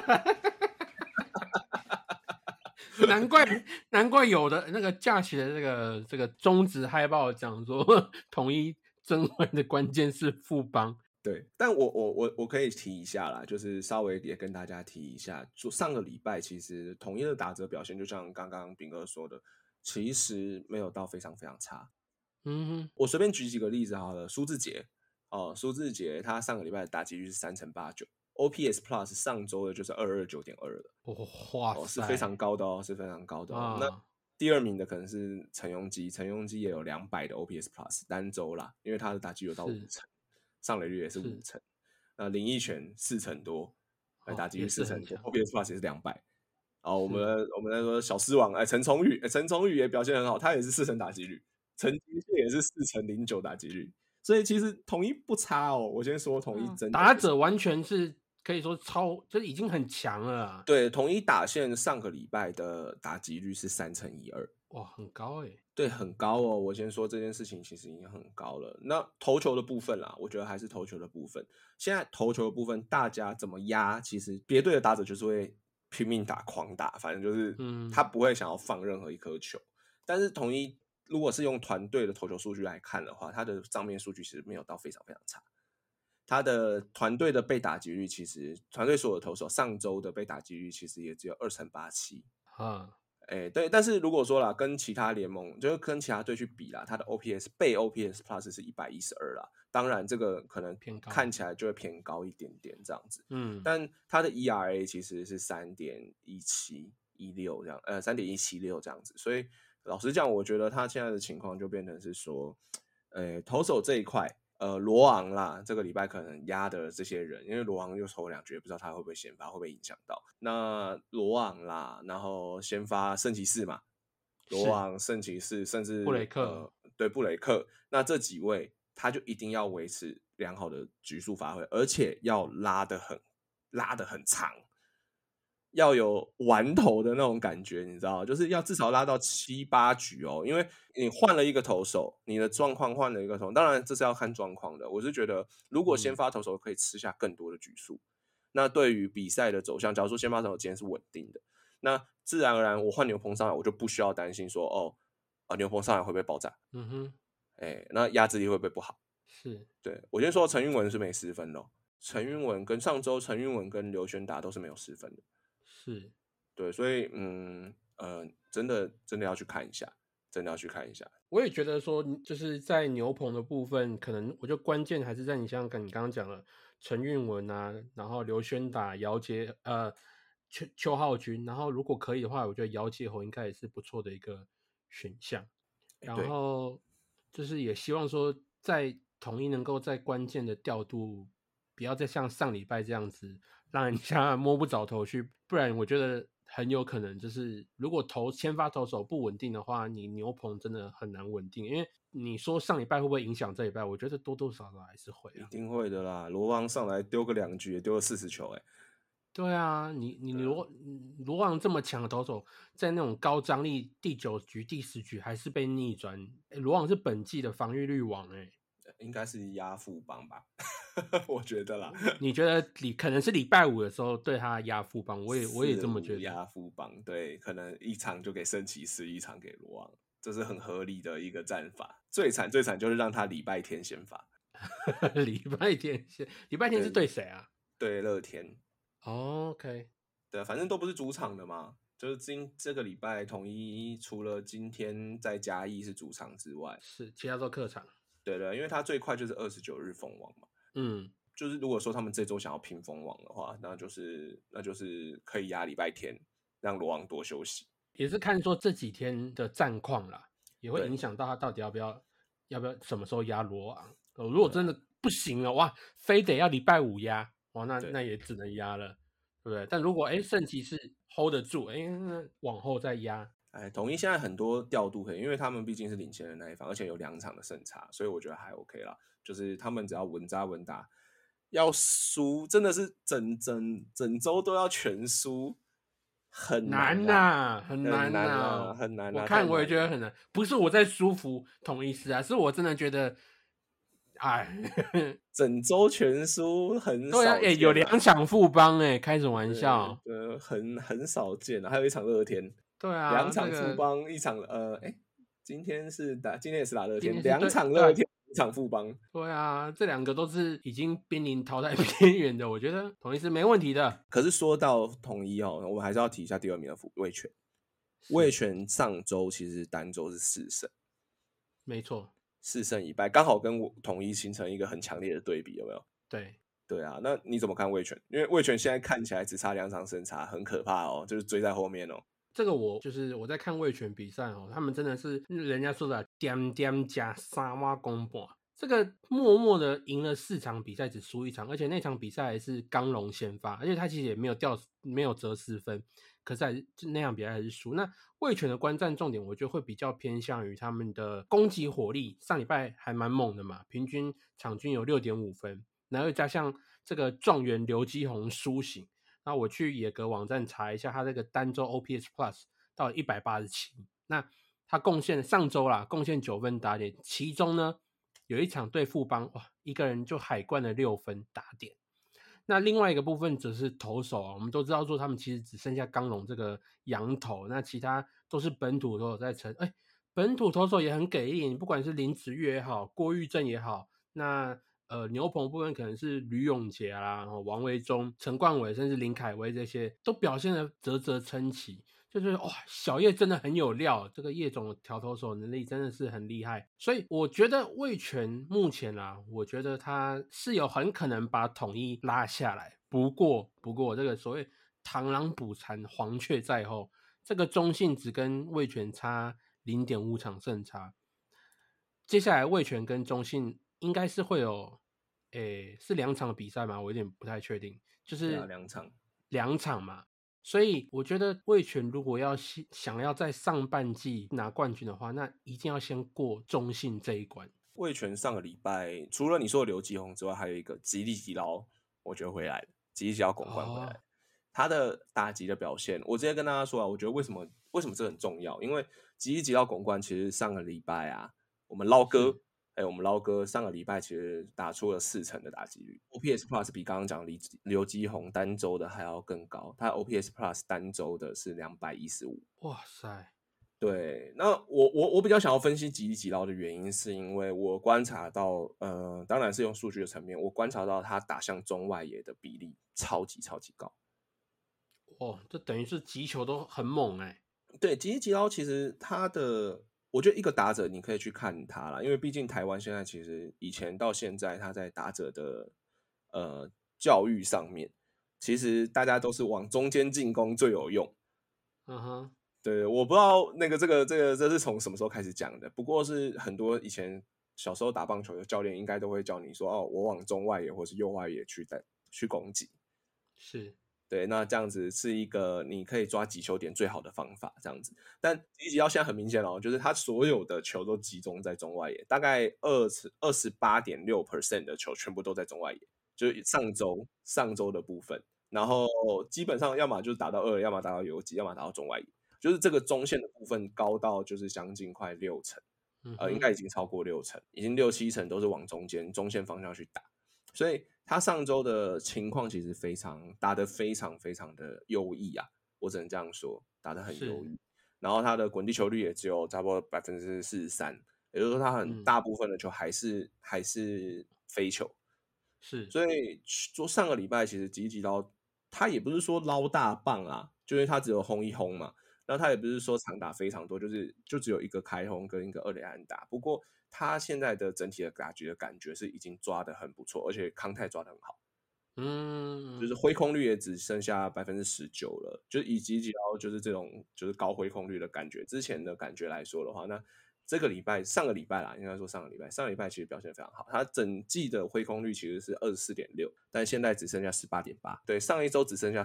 难怪有的那个假期的这个中职嗨报讲说，统一争冠的关键是富邦。
对，但我可以提一下啦，就是稍微也跟大家提一下，上个礼拜其实统一的打者表现，就像刚刚炳哥说的，其实没有到非常非常差。我随便举几个例子好了，苏智杰他上个礼拜的打击率是3.89%，OPS Plus 上周的就是229.2了，
哇塞，
是非常高的是非常高的那第2名的可能是陈庸基也有200的 OPS Plus 单周啦，因为他的打击有到5成。 上垒率也是
是
5成，林益全4成多，打击率
也是
4成多
很强。
，OPS Plus 也是200。我们
是
在说小狮王，陈崇宇，陈崇宇也表现很好，他也是4成打击率，陈金蟹也是4成09打击率，所以其实统一不差哦。我先说统一真的
打者完全是可以说就是已经很强了啊。
对，统一打线上个礼拜的打击率是3成12，
哇，很高哎。
对，很高哦。我先说这件事情其实已经很高了。那投球的部分啦，我觉得还是投球的部分。现在投球的部分，大家怎么压？其实别队的打者就是会拼命打、狂打，反正就是他不会想要放任何一颗球。但是统一如果是用团队的投球数据来看的话，他的账面数据其实没有到非常非常差。他的团队的被打击率，其实团队所有投手上周的被打击率其实也只有2成87啊。对，但是如果说啦，跟其他联盟就是跟其他队去比啦，他的 OPS 被 OPS Plus 是112啦，当然这个可能看起来就会偏高一点点这样子，但他的 ERA 其实是3.1716这样，3.176这样子，所以老实讲，我觉得他现在的情况就变成是说，投手这一块。罗昂啦，这个礼拜可能压的这些人，因为罗昂又抽2局，不知道他会不会先发，会不会影响到。那罗昂啦，然后先发圣骑士嘛，罗昂、圣骑士，甚至
布雷克，
对布雷克，那这几位他就一定要维持良好的局数发挥，而且要拉得很长。要有玩头的那种感觉，你知道，就是要至少拉到7、8局哦，因为你换了一个投手，你的状况换了一个投手，当然这是要看状况的。我是觉得，如果先发投手可以吃下更多的局数，那对于比赛的走向，假如说先发投手今天是稳定的，那自然而然我换牛棚上来，我就不需要担心说牛棚上来会不会爆炸，那压制力会不会不好？
是，对，
我先说陈韵文是没失分的，陈韵文跟上周陈韵文跟刘轩达都是没有失分的。
是，
对，所以真的要去看一下，真的要去看一下。
我也觉得说，就是在牛棚的部分，可能我觉得关键还是在你像你刚刚讲了陈韵文啊，然后刘轩达、姚杰邱浩军，然后如果可以的话，我觉得姚杰侯应该也是不错的一个选项。然后就是也希望说，在统一能够在关键的调度，不要再像上礼拜这样子让人家摸不着头绪，不然我觉得很有可能就是如果先发投手不稳定的话，你牛棚真的很难稳定。因为你说上礼拜会不会影响这礼拜？我觉得多多少少还是会，
一定会的啦。罗旺上来丢个2局也丢了40球，
对啊，你罗旺这么强的投手，在那种高张力第9局、第10局还是被逆转。罗旺是本季的防御率王
应该是压富邦吧，我觉得啦。
你觉得可能是礼拜5的时候对他压富邦，我也这么觉得。
压富邦，对，可能一场就给圣骑士，一场给罗旺，这是很合理的一个战法。最惨就是让他礼拜天先发。
礼拜天是对谁啊？
对乐天。
OK，
对，反正都不是主场的嘛。就是这个礼拜统一除了今天在嘉义是主场之外，
是其他都客场。
对，因为他最快就是29日封王嘛。就是如果说他们这周想要拼封王的话，那就是可以压礼拜天，让罗昂多休息。
也是看说这几天的战况啦，也会影响到他到底要不要什么时候压罗昂。如果真的不行了，哇，非得要礼拜5压，哇，那也只能压了，对不对？但如果圣骑士 hold 得住，那往后再压。
统一现在很多调度可以，因为他们毕竟是领先的那一方，而且有2场的胜差，所以我觉得还 OK 啦。就是他们只要稳扎稳打，要输真的是整周都要全输，很难
呐，很难呐，
很难。
我看我也觉得很难，不是我在舒服统一狮啊，是我真的觉得，
整周全输很少见。
对啊，有2场富邦开什么玩笑？
很少见啊，还有一场乐天。
对啊
，2场富邦，1场今天也是打乐天
，2
场乐天，1场富邦。
对啊，这2个都是已经濒临淘汰边缘的，我觉得统一是没问题的。
可是说到统一我们还是要提一下第2名的味全。味全上周其实单周是4胜，
没错
，4胜1败，刚好跟统一形成一个很强烈的对比，有没有？对啊，那你怎么看味全？因为味全现在看起来只差2场胜差，很可怕就是追在后面
这个我在看味全比赛他们真的是人家说的点加3碗公半， 这个默默的赢了4场比赛，只输1场，而且那场比赛还是刚龙先发，而且他其实也没有折10分，可是那场比赛还是输。那味全的观战重点，我觉得会比较偏向于他们的攻击火力，上礼拜还蛮猛的嘛，平均场均有6.5分，然后加上这个状元刘基宏苏醒，那我去野格网站查一下，他这个单周 OPS Plus 到187，那他上周贡献9分打点，其中呢有一场对富邦，哇，一个人就海灌了6分打点。那另外一个部分则是投手我们都知道说他们其实只剩下刚龙这个洋投，那其他都是本土投手在撑。本土投手也很给力，不管是林子岳也好，郭玉正也好，那牛棚部分可能是吕永杰啦，王维忠、陈冠伟，甚至林凯威，这些都表现得啧啧称奇。就是哇，小叶真的很有料，这个叶总的调投手能力真的是很厉害，所以我觉得味全目前我觉得他是有很可能把统一拉下来。不过这个所谓螳螂捕蝉，黄雀在后，这个中信只跟味全差0.5场胜差。接下来味全跟中信应该是会有，是2场的比赛吗？我有点不太确定，就是2场嘛。所以我觉得味全如果想要在上半季拿冠军的话，那一定要先过中信这一关。
味全上个礼拜除了你说的刘基宏之外，还有一个吉利吉捞，我觉得回来了，吉利吉捞拱冠回来他的打击的表现，我直接跟大家说我觉得为什么这很重要？因为吉利吉捞拱冠其实上个礼拜我们捞哥上个礼拜其实打出了4成的打击率 ，OPS Plus 比刚刚讲刘基宏单周的还要更高，他 OPS Plus 单周的是215。
哇塞！
对，那我比较想要分析吉利吉捞的原因，是因为我观察到，当然是用数据的层面，我观察到他打向中外野的比例超级高。
这等于是击球都很猛
对，吉利吉捞其实我觉得一个打者你可以去看他啦，因为毕竟台湾现在其实以前到现在他在打者的教育上面，其实大家都是往中间进攻最有用。对，我不知道这是从什么时候开始讲的，不过是很多以前小时候打棒球的教练应该都会教你说我往中外野或是右外野去攻击。
是。
对，那这样子是一个你可以抓击球点最好的方法，这样子。但吉吉捞现在很明显就是他所有的球都集中在中外野，大概28.6% 的球全部都在中外野，就是上周的部分。然后基本上要么就是打到2垒，要么打到游击，要么打到中外野，就是这个中线的部分高到就是将近快6成，应该已经超过6成，已经6-7成都是往中线方向去打。所以他上周的情况其实打得非常的优异我只能这样说，打得很优异。然后他的滚地球率也只有差不多43%，也就是说他很大部分的球还是飞球。
是，
所以说上个礼拜其实吉吉捞他也不是说捞大棒就是他只有轰一轰嘛，然后他也不是说长打非常多，就只有一个开轰跟一个2垒安打。不过他现在的整体的打击的感觉是已经抓得很不错，而且康泰抓得很好。就是挥空率也只剩下19%了，就以吉吉捞就是这种就是高挥空率的感觉，之前的感觉来说的话，那上个礼拜应该说上个礼拜其实表现非常好，他整季的挥空率其实是24.6，但现在只剩下18.8，对，上一周只剩下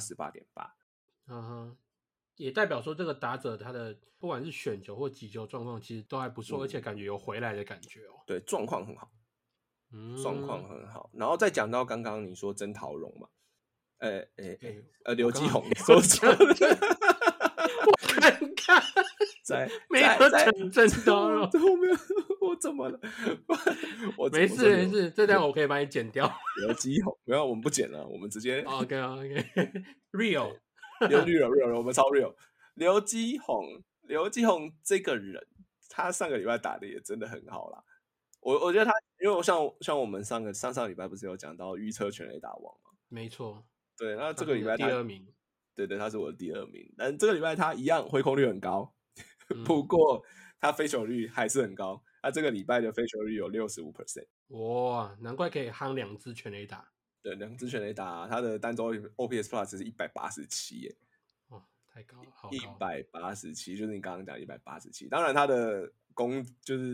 18.8。
也代表说这个打者他的不管是选球或击球状况其实都还不错，而且感觉有回来的感觉
对，状况很好。然后再讲到刚刚你说曾陶鎔嘛，刘基宏说错了，
我看看，没有讲曾陶鎔，
后面我怎么了？
没事，这段我可以帮你剪掉。
刘基宏，没有，我们不剪了，我们直接
OK，real，
我们超 real。刘基宏这个人，他上个礼拜打的也真的很好啦。我觉得他，因为像我们上礼拜不是有讲到预测全垒打王吗？
没错。
对，那这个礼拜
第2名。
对，他是我的第2名。但这个礼拜他一样挥空率很高，不过他飞球率还是很高。他这个礼拜的飞球率有65%。
哇，难怪可以夯2支全垒打。
对，2支全垒打，他的单周 OPS Plus 是187耶。
太高了，好高。
187，就是你刚刚讲187。当然他的就是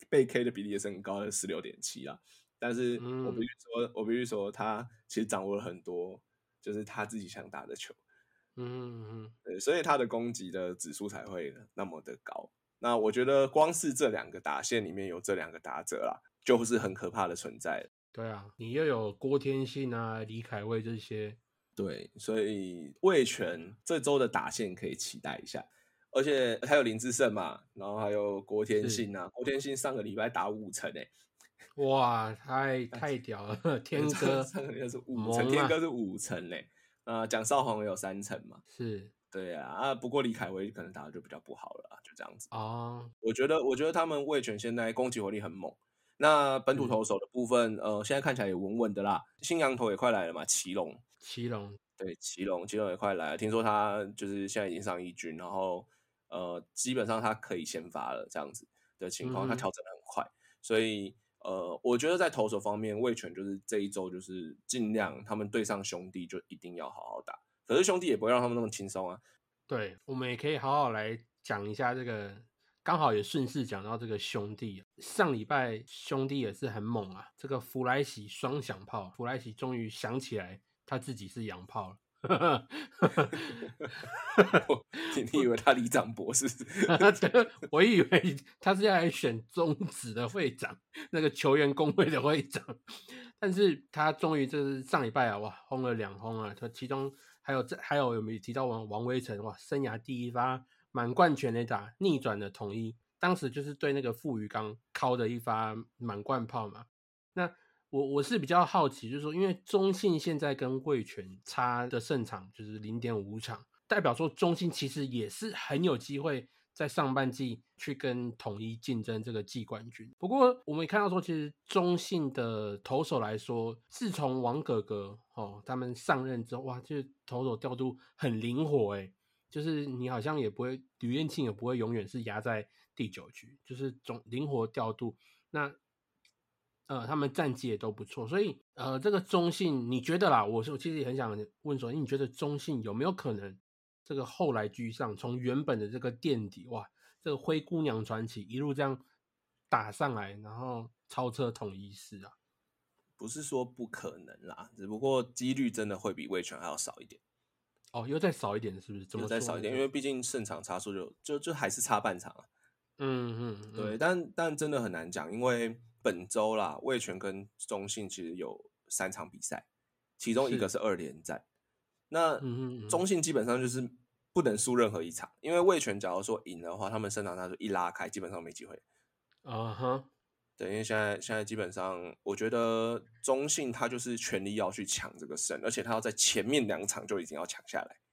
被 K 的比例也是很高的16.7啦。但是我必须说，他其实掌握了很多，就是他自己想打的球。对，所以他的攻击的指数才会那么的高。那我觉得光是这2个打线里面有这2个打者啦，就是很可怕的存在了。
对啊，你又有郭天信啊、李凯威这些。
对，所以味全这周的打线可以期待一下，而且还有林志胜嘛，然后还有郭天信啊，郭天信上个礼拜打5成
哇，太屌了，天哥
上个礼拜是5成，天哥是5成蒋少宏也有3成嘛，
是，
对啊，不过李凯威可能打的就比较不好了啦，就这样子。
哦，
我觉得他们味全现在攻击火力很猛。那本土投手的部分，现在看起来也稳稳的啦。新洋投也快来了嘛，祁隆，对，祁隆也快来了。听说他就是现在已经上1军，然后基本上他可以先发了这样子的情况，他调整的很快，所以我觉得在投手方面，味全就是这一周就是尽量他们对上兄弟就一定要好好打，可是兄弟也不会让他们那么轻松啊。
对，我们也可以好好来讲一下这个，刚好也顺势讲到这个兄弟。上礼拜兄弟也是很猛啊，这个弗莱喜双响炮，弗莱喜终于想起来他自己是洋炮了。
你以为他里长博士？
我以为他是要来选中职的会长，那个球员工会的会长，但是他终于就是上礼拜啊，哇，轰了2轰啊，其中还有没有提到王威成，哇，生涯第1发满贯全垒打逆转的统一，当时就是对那个傅余刚敲的1发满贯炮嘛。那我是比较好奇，就是说，因为中信现在跟味全差的胜场就是 0.5 场，代表说中信其实也是很有机会在上半季去跟统一竞争这个季冠军。不过我们也看到说，其实中信的投手来说，自从王哥哥他们上任之后，哇，就是投手调度很灵活就是你好像也不会，吕彦庆也不会永远是压在第9局，就是灵活调度。那他们战绩也都不错，所以这个中信你觉得啦？我其实也很想问说，你觉得中信有没有可能这个后来居上，从原本的这个垫底，哇，这个灰姑娘传奇一路这样打上来，然后超车统一狮啊？
不是说不可能啦，只不过几率真的会比味全还要少一点。
哦，又再少一点是不是？怎么
再少一点？因为毕竟胜场差数就还是差半场啊。对，但真的很难讲，因为本周啦，味全跟中信其实有3场比赛，其中一个是2连战。那中信基本上就是不能输任何一场，因为味全假如说赢的话，他们胜场差数一拉开，基本上没机会。对，因为现在基本上，我觉得中信他就是全力要去抢这个胜，而且他要在前面2场就已经要抢下来。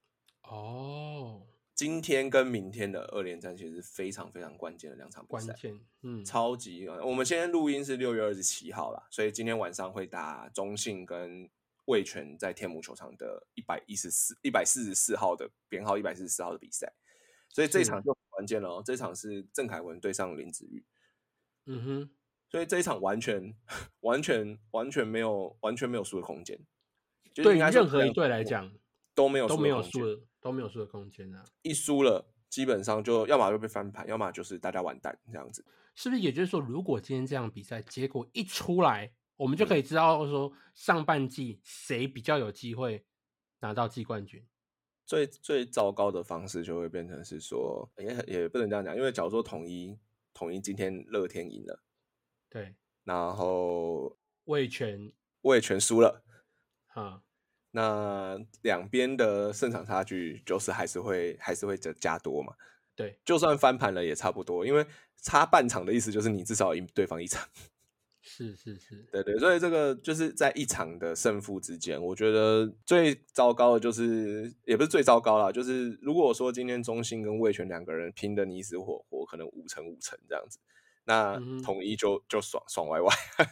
今天跟明天的2连战其实是非常非常关键的2场比赛，
关键，
超级。我们现在录音是6月27号啦，所以今天晚上会打中信跟味全在天母球场的144号的编号144号的比赛，所以这一场就很关键了。这一场是郑凯文对上林子玉，所以这一场完全没有输的空间，
对任何一队来讲
都没有
输的空间啊！
一输了，基本上就要么就被翻盘，要么就是大家完蛋这样子。
是不是也就是说，如果今天这样比赛结果一出来，我们就可以知道说上半季谁比较有机会拿到季冠军？
最糟糕的方式就会变成是说，也不能这样讲，因为假如说统一今天乐天赢了，
对，
然后
味全
输了，那两边的胜场差距就是还是会加多嘛。
对，
就算翻盘了也差不多，因为差半场的意思就是你至少赢对方1场。
是，
对，所以这个就是在1场的胜负之间，我觉得最糟糕的就是，也不是最糟糕啦，就是如果说今天中信跟味全2个人拼的你死我活，可能5成这样子，那统一就爽歪歪。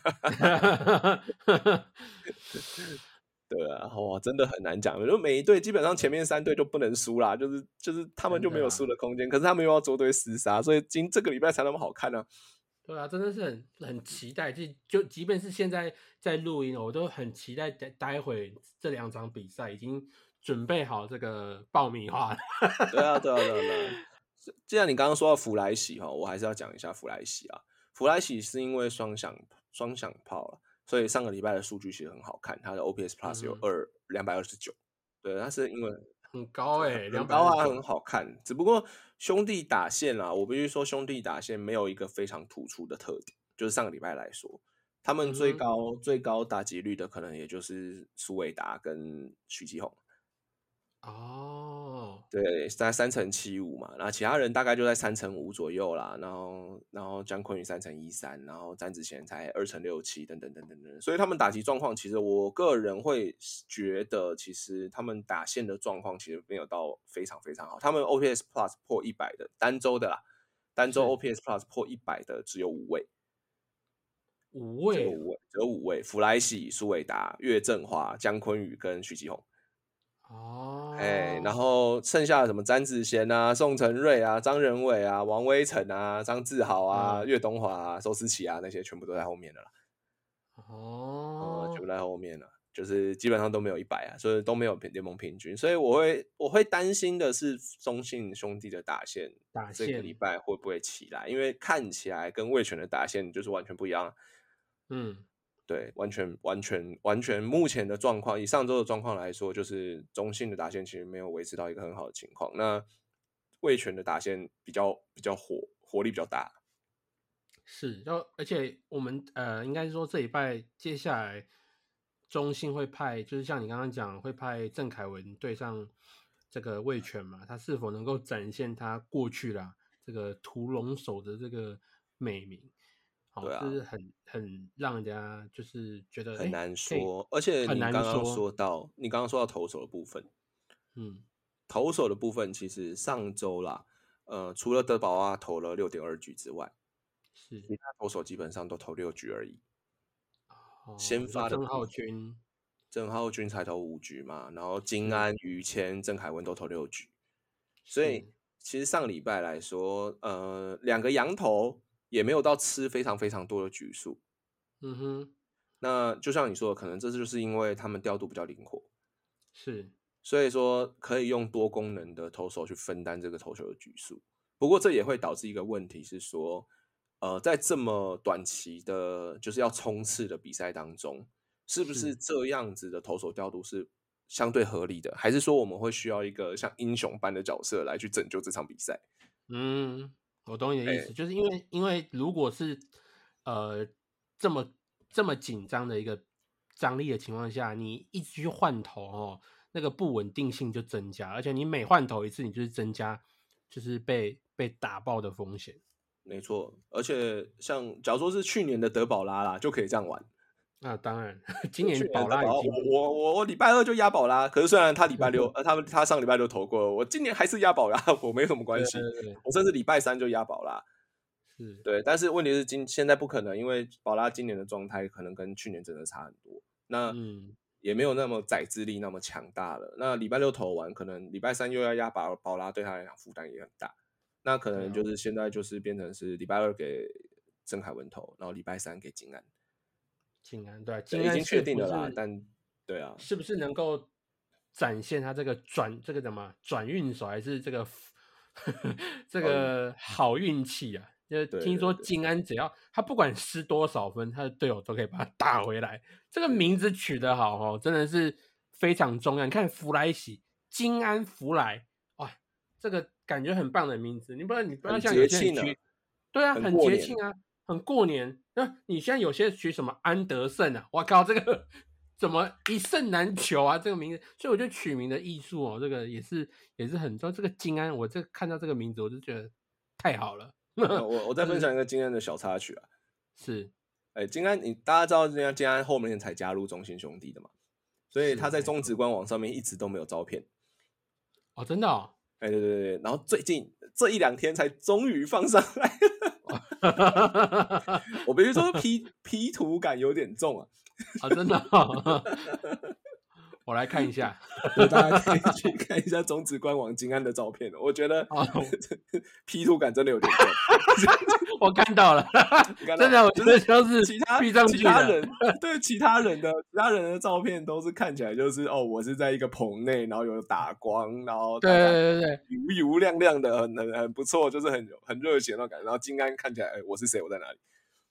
对啊，真的很难讲，就每一队基本上前面3队就不能输啦，就是他们就没有输的空间，可是他们又要捉对厮杀，所以这个礼拜才那么好看啊。
对啊，真的是很期待，就即便是现在在录音，我都很期待待会这2场比赛已经准备好这个爆米花了。
对啊。既然你刚刚说到弗莱喜，我还是要讲一下弗莱喜啊。 弗莱喜是因为双响炮了，所以上个礼拜的数据其实很好看，它的 OPS Plus 有229，对，它是因为
很高
很高啊，
229
很好看。只不过兄弟打线啊，我必须说兄弟打线没有一个非常突出的特点，就是上个礼拜来说，他们最高打击率的可能也就是苏伟达跟许基宏。
哦，
对，在3.75嘛，然后其他人大概就在3.5左右啦，然后江坤宇3.13，然后詹子贤才2.67等等等等等，所以他们打击状况，其实我个人会觉得，其实他们打线的状况其实没有到非常非常好，他们 OPS Plus 破100的单周的啦，单周 OPS Plus 破100的只有5位，只有5位，弗莱喜、苏伟达、岳振华、江坤宇跟许基宏。然后剩下的什么詹子贤啊、宋承瑞啊、张仁伟啊、王威成啊、张志豪啊、岳东华啊、周思齐啊，那些全部都在后面的啦。全部在后面了，就是基本上都没有100啊，所以都没有联盟平均。所以我会担心的是中信兄弟的打线这个礼拜会不会起来，因为看起来跟味全的打线就是完全不一样。对，完全目前的状况，以上周的状况来说，就是中信的打线其实没有维持到一个很好的情况。那味全的打线比较活力比较大。
是，而且我们应该说这礼拜接下来中信会派，就是像你刚刚讲，会派郑凯文对上这个味全嘛，他是否能够展现他过去啦这个屠龙手的这个美名？
对啊，
就是很让人家就是觉得
很难说，而且你刚刚说到投手的部分，投手的部分其实上周啦，除了德保拉投了6.2局之外，其他投手基本上都投6局而已。先发的郑浩君才投5局嘛，然后金安、于谦、郑凯文都投6局，所以其实上礼拜来说，两个洋投也没有到吃非常非常多的局数。那就像你说的，可能这就是因为他们调度比较灵活，所以说可以用多功能的投手去分担这个投球的局数。不过这也会导致一个问题是说，在这么短期的，就是要冲刺的比赛当中，是不是这样子的投手调度是相对合理的？还是说我们会需要一个像英雄般的角色来去拯救这场比赛？
我懂你的意思，就是因为如果是这么紧张的一个张力的情况下，你一直去换投那个不稳定性就增加，而且你每换投一次，你就是增加就是被打爆的风险。
没错，而且像假如说是去年的德保拉啦，就可以这样玩。
那当然，今年保拉已经
我礼拜2就压保拉，可是虽然他礼拜6他上礼拜6投过了，我今年还是压保拉，我没什么关系。我甚至礼拜3就压保拉。对，但是问题是现在不可能，因为保拉今年的状态可能跟去年真的差很多，那也没有那么载资力那么强大了。那礼拜6投完，可能礼拜3又要压保拉，对他来讲负担也很大。那可能就是现在就是变成是礼拜2给郑凯文投，然后礼拜3给金安。
对，金安
已经确定了啦，但对啊，
是不是能够展现他这个转运手，还是这个这个好运气啊？就是听说金安只要他不管失多少分，他的队友都可以把他打回来。这个名字取得好真的是非常重要。你看弗莱喜、金安、弗莱，哇，这个感觉很棒的名字。你不要像有些人取，对啊，很节庆啊，很过年。那你现在有些取什么安德胜啊？我靠，这个怎么一胜难求啊？这个名字，所以我觉得取名的艺术这个也是很重要。这个金安，我看到这个名字，我就觉得太好了。
我再分享一个金安的小插曲啊，
是，
金安，大家知道金安后面才加入中信兄弟的嘛，所以他在中职官网上面一直都没有照片。
真的哦。
对，然后最近这1-2天才终于放上来了。我必须说 P 图感有点重啊。
真的我来看一下，
大家可以去看一下中职官网金安的照片，我觉得P 图感真的有点重。
我看到了，真的，我觉得就是
其他人对其他人的照片都是看起来就是我是在一个棚内，然后有打光，然后
对，
油亮亮的，很不错，就是很热血那种感觉。然后金安看起来，我是谁？我在哪里？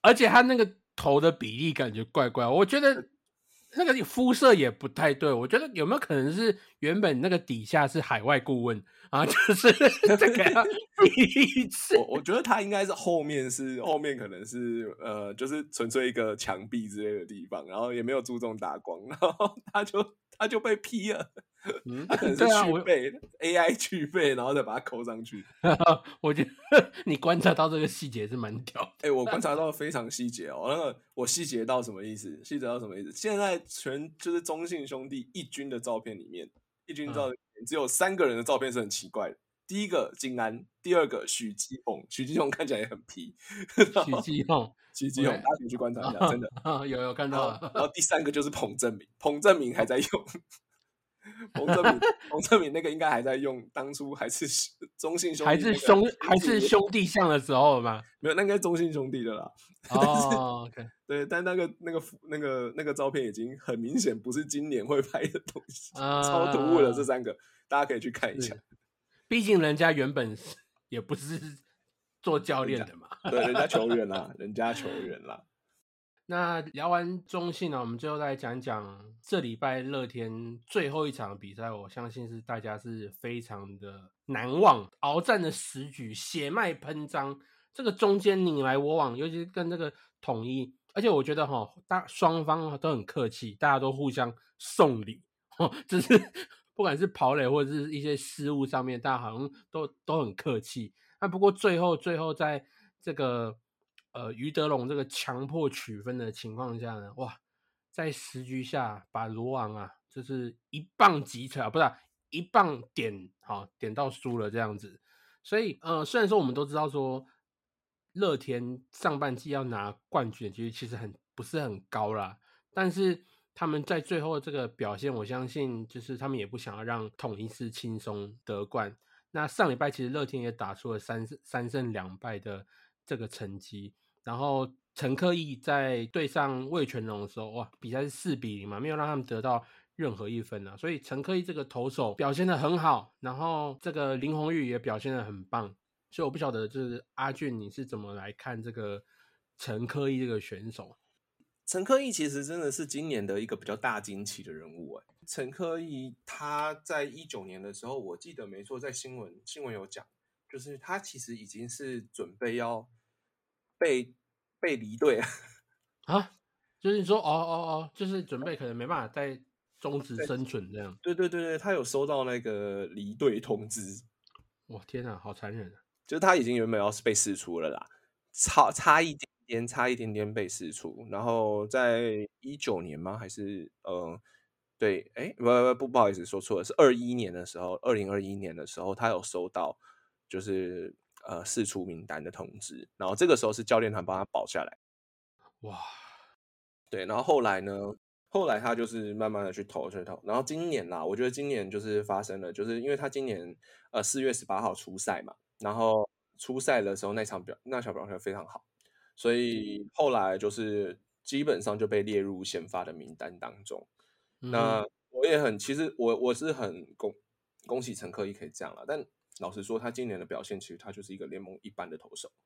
而且他那个头的比例感觉怪怪，我觉得那个肤色也不太对。我觉得有没有可能是原本那个底下是海外顾问啊，就是这个要比例制。
我觉得他应该是后面可能是就是纯粹一个墙壁之类的地方，然后也没有注重打光，然后他就被批了。他可能是
对啊，
去背 AI 去背，然后再把它扣上去。
我觉得你观察到这个细节是蛮屌的。
我观察到非常细节哦。那个我细节到什么意思？细节到什么意思？现在就是中信兄弟一军的照片里面，一军照片只有3个人的照片是很奇怪的。第一个金安，第二个许基宏，许基宏看起来也很皮。
许基宏，
许基宏，大家可以去观察一下，真的。
有看到了。
然后第3个就是彭正明，彭正明还在用。彭正明那个应该还在用，当初还是中信兄弟、
还是兄弟像的时候吗？
没有，那应该中信兄弟的啦。
哦，OK，
对，但那个照片已经很明显不是今年会拍的东西，超突兀的这3个，大家可以去看一下。
毕竟人家原本也不是做教练的嘛，
对，人家球员啦。
那聊完中信呢，我们最后来讲讲这礼拜乐天最后一场比赛，我相信是大家是非常的难忘，鏖战了10局，血脉喷张，这个中间你来我往，尤其是跟这个统一，而且我觉得双方都很客气，大家都互相送礼，只是不管是跑垒或者是一些失误上面，大家好像都很客气。那不过最后在这个于德龙这个强迫取分的情况下呢，哇，在10局下把罗昂啊，就是一棒击出来，不是一棒点到输了这样子。所以虽然说我们都知道说乐天上半季要拿冠军的几率其实不是很高啦，但是他们在最后这个表现，我相信就是他们也不想要让统一狮轻松得冠。那上礼拜其实乐天也打出了3胜2败的这个成绩，然后陈克义在对上味全龙的时候，哇，比赛是4-0嘛，没有让他们得到任何一分啊，所以陈克义这个投手表现得很好，然后这个林泓育也表现得很棒，所以我不晓得就是阿俊你是怎么来看这个陈克义这个选手？
陈克义其实真的是今年的一个比较大惊奇的人物。陈克义他在19年的时候，我记得没错，在新闻有讲，就是他其实已经是准备要被离队
啊，就是你说就是准备可能没办法在中职生存这样。
对，他有收到那个离队通知。
哇，天啊，好残忍啊！
就是他已经原本要被释出了啦，差一点点被释出，然后在19年吗？还是对，不好意思，说错了，是2021年的时候，他有收到就是释出名单的通知，然后这个时候是教练团帮他保下来。
哇，
对，然后后来他就是慢慢的去投，然后今年啦，我觉得今年就是发生了，就是因为他今年4月18号出赛嘛，然后出赛的时候那场表现非常好，所以后来就是基本上就被列入先发的名单当中。那其实我是很恭喜陈克义可以这样啦，但老实说，他今年的表现其实他就是一个联盟一般的投手。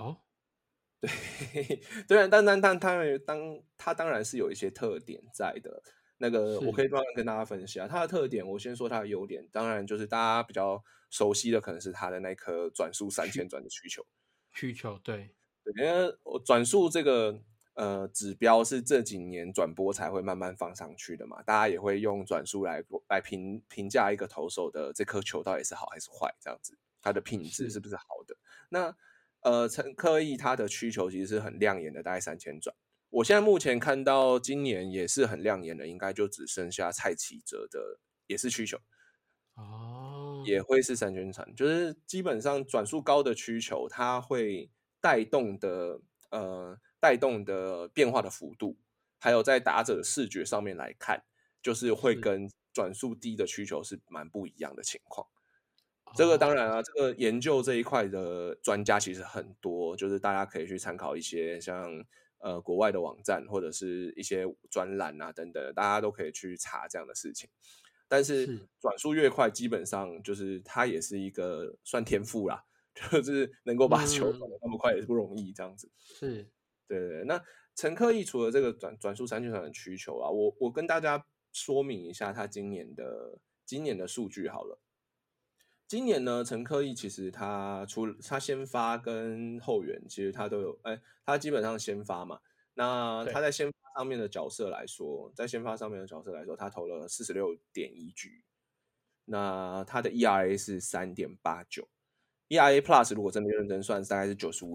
对，但他当然是有一些特点在的。那个我可以慢慢跟大家分析啊。他的特点，我先说他的优点，当然就是大家比较熟悉的，可能是他的那颗转速3000转的曲球。
对，
因为转速这个指标是这几年转播才会慢慢放上去的嘛，大家也会用转速来评价一个投手的这颗球到底是好还是坏，这样子，它的品质是不是好的。那陈克义他的曲球其实是很亮眼的，大概3000转。我现在目前看到今年也是很亮眼的，应该就只剩下蔡启哲的也是曲球，也会是3000转，就是基本上转速高的曲球，它会带动的变化的幅度，还有在打者视觉上面来看，就是会跟转速低的曲球是蛮不一样的情况。这个当然啊，这个研究这一块的专家其实很多，就是大家可以去参考一些像国外的网站或者是一些专栏啊等等，大家都可以去查这样的事情。但是转速越快，基本上就是它也是一个算天赋啦，就是能够把球转得那么快也是不容易这样子。
是，
对对对，那陈克义除了这个转速3球场的需求啊，我跟大家说明一下他今年的数据好了。今年呢，陈克义其实除了他先发跟后援，其实他都有，他基本上先发嘛。那他在先发上面的角色来说，他投了46.1局，那他的 ERA 是3.89，ERA Plus 如果真的认真算，大概是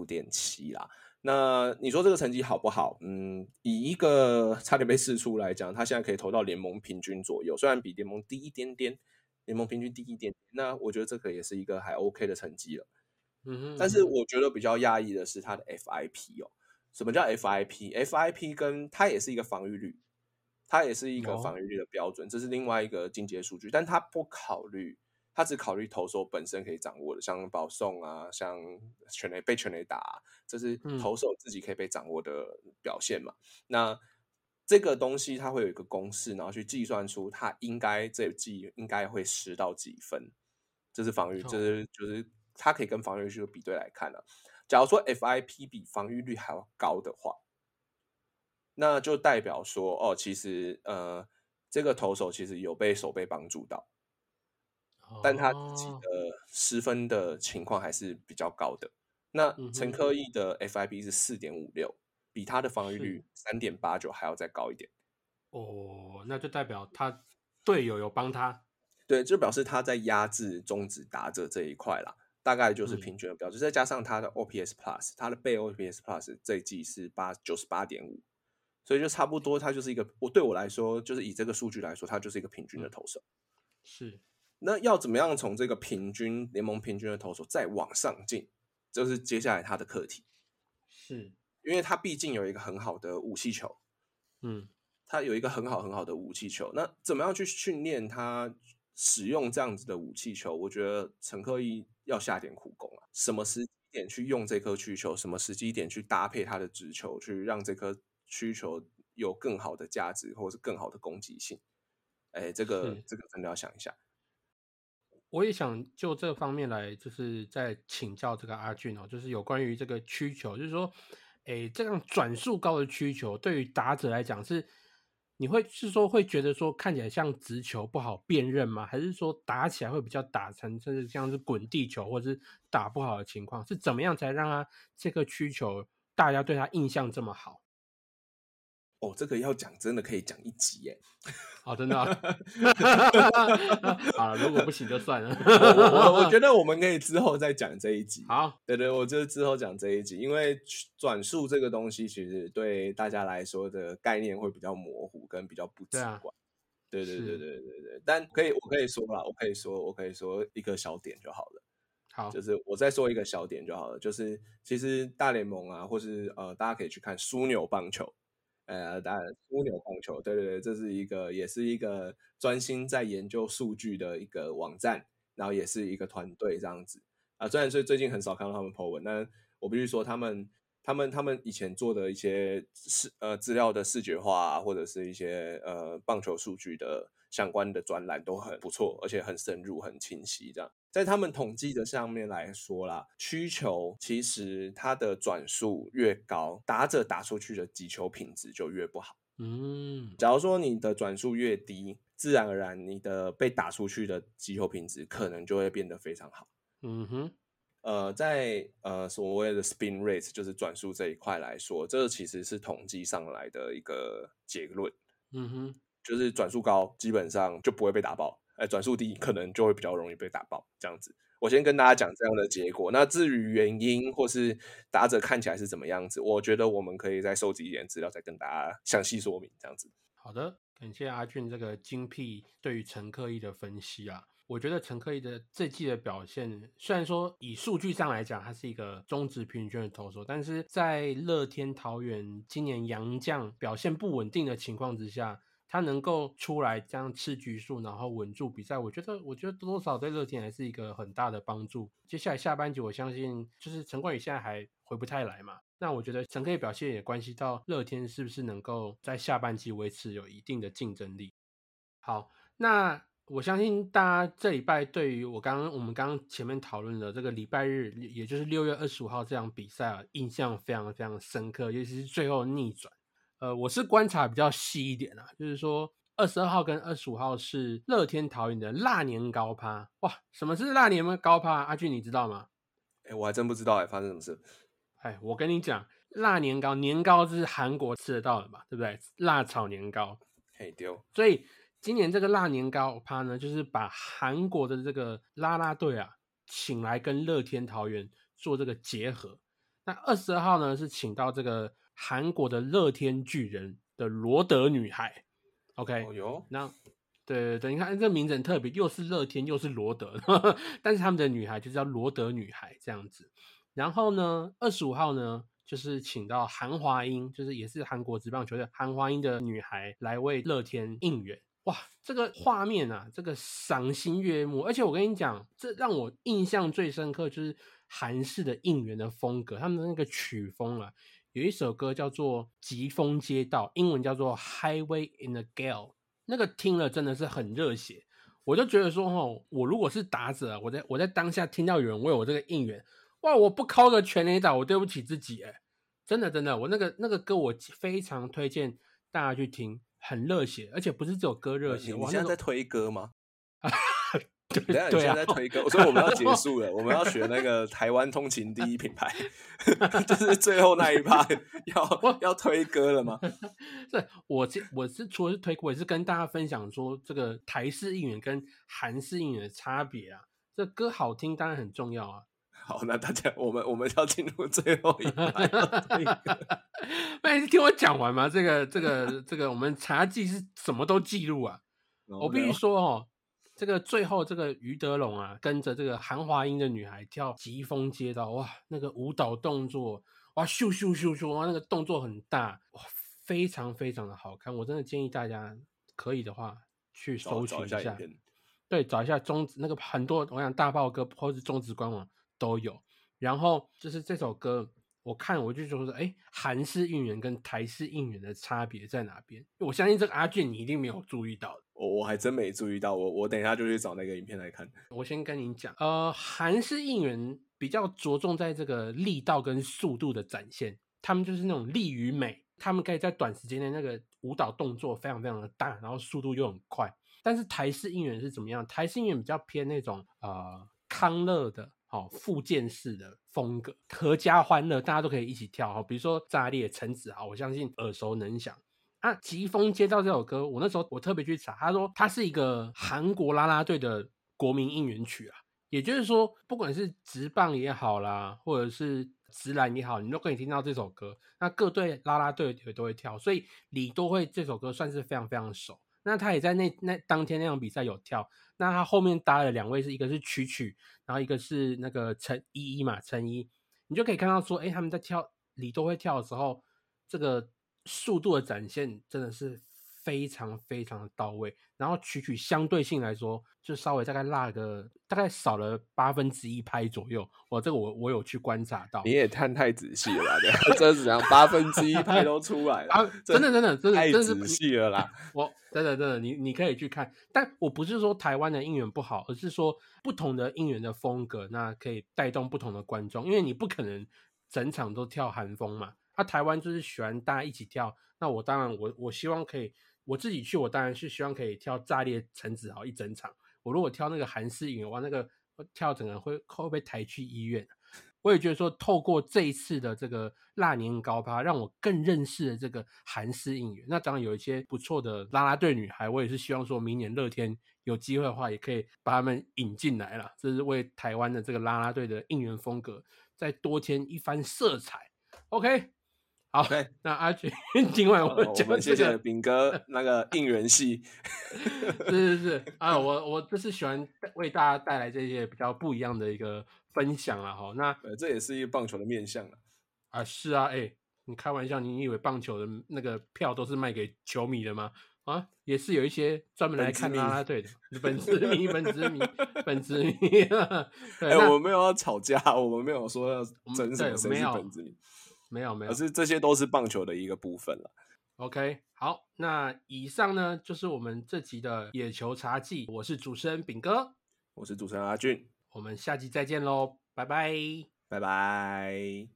95.7啦。那你说这个成绩好不好？以一个差点被释出来讲，他现在可以投到联盟平均左右，虽然比联盟低一点点，联盟平均低一点点，那我觉得这个也是一个还 OK 的成绩了。但是我觉得比较讶异的是他的 FIP 哦。什么叫 FIP？FIP 跟它也是一个防御率，它也是一个防御率的标准，这是另外一个进阶数据，但它只考虑投手本身可以掌握的，像保送啊，像被全垒打啊，这是投手自己可以被掌握的表现嘛。那这个东西它会有一个公式，然后去计算出它这一季应该会10到几分，这是防御，就是它可以跟防御率比对来看啊。假如说 FIP 比防御率还要高的话，那就代表说其实这个投手其实有被守备帮助到，但他自己的失分的情况还是比较高的。那陈克义的 FIP 是4.56，比他的防御率3.89还要再高一点。
那就代表他队友有帮他。
对，就表示他在压制中指打者这一块啦，大概就是平均的标准。再加上他的 OPS Plus， 他的被 OPS Plus 这一季是98.5，所以就差不多，他就是一个对我来说，就是以这个数据来说，他就是一个平均的投手。
是。
那要怎么样从这个联盟平均的投手再往上进，就是接下来他的课题。
是，
因为他毕竟有一个很好的武器球，他有一个很好的武器球。那怎么样去训练他使用这样子的武器球？我觉得陈克义要下点苦功啊。什么时机点去用这颗曲球？什么时机点去搭配他的直球，去让这颗曲球有更好的价值，或者是更好的攻击性？这个真的要想一下。
我也想就这方面来，就是在请教这个阿俊哦，就是有关于这个曲球，就是说，这样转速高的曲球，对于打者来讲你会觉得说看起来像直球不好辨认吗？还是说打起来会比较打成就是像是滚地球或者是打不好的情况？是怎么样才让他这个曲球大家对他印象这么好？
这个要讲真的可以讲一集耶。
真的好了，如果不行就算了。
我觉得我们可以之后再讲这一集。
好，
对，我就是之后讲这一集，因为转速这个东西其实对大家来说的概念会比较模糊，跟比较不直观。对。但我可以说一个小点就好了。
好，
就是我再说一个小点就好了。就是其实大联盟啊，或是大家可以去看枢纽棒球。当然，枢纽棒球，对，这是也是一个专心在研究数据的一个网站，然后也是一个团队这样子啊。虽然说最近很少看到他们 po 文，但我必须说他们以前做的一些资料的视觉化或者是一些棒球数据的相关的专栏都很不错，而且很深入、很清晰这样。在他们统计的上面来说啦，曲球其实它的转速越高，打者打出去的击球品质就越不好。假如说你的转速越低，自然而然你的被打出去的击球品质可能就会变得非常好。在所谓的 spin rate 就是转速这一块来说，这其实是统计上来的一个结论。就是转速高基本上就不会被打爆，转速低可能就会比较容易被打爆这样子。我先跟大家讲这样的结果，那至于原因或是打者看起来是怎么样子，我觉得我们可以再收集一点资料，再跟大家详细说明这样子。
好的，感谢阿俊这个精辟对于陈克义的分析啊。我觉得陈克义的这季的表现，虽然说以数据上来讲，他是一个中职平均的投手，但是在乐天桃园今年洋将表现不稳定的情况之下，他能够出来这样吃局数，然后稳住比赛，我觉得多多少对乐天还是一个很大的帮助。接下来下半季，我相信就是陈冠宇现在还回不太来嘛，那我觉得陈克义表现也关系到乐天是不是能够在下半季维持有一定的竞争力。好，那我相信大家这礼拜对于我们刚刚前面讨论的这个礼拜日，也就是6月25号这场比赛啊，印象非常非常深刻，尤其是最后逆转。我是观察比较细一点啊，就是说22号跟25号是乐天桃园的辣年糕趴。哇，什么是辣年糕趴？阿俊你知道吗？
我还真不知道发生什么事。
我跟你讲，辣年糕是韩国吃得到的嘛，对不对？辣炒年糕。
丢。
所以今年这个辣年糕趴呢，就是把韩国的这个啦啦队啊，请来跟乐天桃园做这个结合。那22号呢，是请到这个韩国的乐天巨人的罗德女孩。OK，那对，你看这名字很特别，又是乐天又是罗德，但是他们的女孩就叫罗德女孩这样子。然后呢，25号呢，就是请到韩华英，就是也是韩国职棒球队韩华英的女孩来为乐天应援。哇，这个画面啊，这个赏心悦目，而且我跟你讲，这让我印象最深刻就是韩式的应援的风格，他们的那个曲风啊，有一首歌叫做《疾风街道》，英文叫做 Highway in the Gale， 那个听了真的是很热血。我就觉得说我如果是打者，我在当下听到有人为我这个应援，哇，我不敲个全垒打，我对不起自己真的，我那个歌我非常推荐大家去听，很热血，而且不是只有歌热血。
你现在在推歌吗？
对啊，
你现在在推歌，所以我们要结束了，我们要学那个台湾通勤第一品牌，就是最后那一趴要推歌了吗？
是，我是除了是推歌，我也是跟大家分享说这个台式应援跟韩式应援的差别啊。这歌好听当然很重要啊。
好，那大家我们要进入最后一趴，
那你听我讲完吗？这个我们茶记是什么都记录啊。我必须说这个最后这个于德龙啊，跟着这个韩华英的女孩跳疾风街道，哇，那个舞蹈动作，哇，咻咻咻咻，哇，那个动作很大，哇，非常非常的好看。我真的建议大家可以的话去搜寻一下，对，找一下那个很多，我想大炮哥或是中职官网都有。然后就是这首歌，我就说韩式应援跟台式应援的差别在哪边？我相信这个阿俊你一定没有注意到的。
我还真没注意到，我等一下就去找那个影片来看。
我先跟你讲，韩式应援比较着重在这个力道跟速度的展现，他们就是那种力与美，他们可以在短时间内那个舞蹈动作非常非常的大，然后速度又很快。但是台式应援是怎么样？台式应援比较偏那种康乐的复健式的风格，合家欢乐，大家都可以一起跳比如说炸裂、陈子豪，我相信耳熟能详。疾风街道这首歌，我那时候我特别去查，他说它是一个韩国啦啦队的国民应援曲啊，也就是说，不管是职棒也好啦，或者是职篮也好，你都可以听到这首歌。那各队啦啦队也都会跳，所以李多慧这首歌算是非常非常熟。那他也在那当天那场比赛有跳。那他后面搭了2位，一个是曲，然后一个是那个陈一，你就可以看到说，他们在跳李多慧跳的时候，这个速度的展现真的是非常非常的到位，然后曲相对性来说就稍微大概少了1/8拍左右。这个我有去观察到。
你也看太仔细了吧？这是怎样1/8拍都出来了
真的
太仔细了啦！
真的你可以去看，但我不是说台湾的应援不好，而是说不同的应援的风格，那可以带动不同的观众，因为你不可能整场都跳韩风嘛。台湾就是喜欢大家一起跳，那我当然我希望可以，我自己去，我当然是希望可以跳炸裂陈子豪一整场。我如果跳那个韩式应援，哇，那个跳整个会被抬去医院。我也觉得说，透过这一次的这个辣年糕趴，让我更认识了这个韩式应援。那当然有一些不错的啦啦队女孩，我也是希望说明年乐天有机会的话，也可以把他们引进来啦，这是为台湾的这个啦啦队的应援风格再多添一番色彩。OK。好，那阿俊，今晚我们
谢谢炳哥那个应援戏，
是我就是喜欢为大家带来这些比较不一样的一个分享啦那
这也是一个棒球的面向
是啊，你开玩笑，你以为棒球的那个票都是卖给球迷的吗？也是有一些专门来看啦啦队的本子迷。
我们没有要吵架，我们没有说要争什么谁是本子迷。
没有，
而是这些都是棒球的一个部分了。
OK， 好，那以上呢就是我们这集的野球茶记，我是主持人炳哥，
我是主持人阿俊，
我们下集再见喽，拜拜，
拜拜。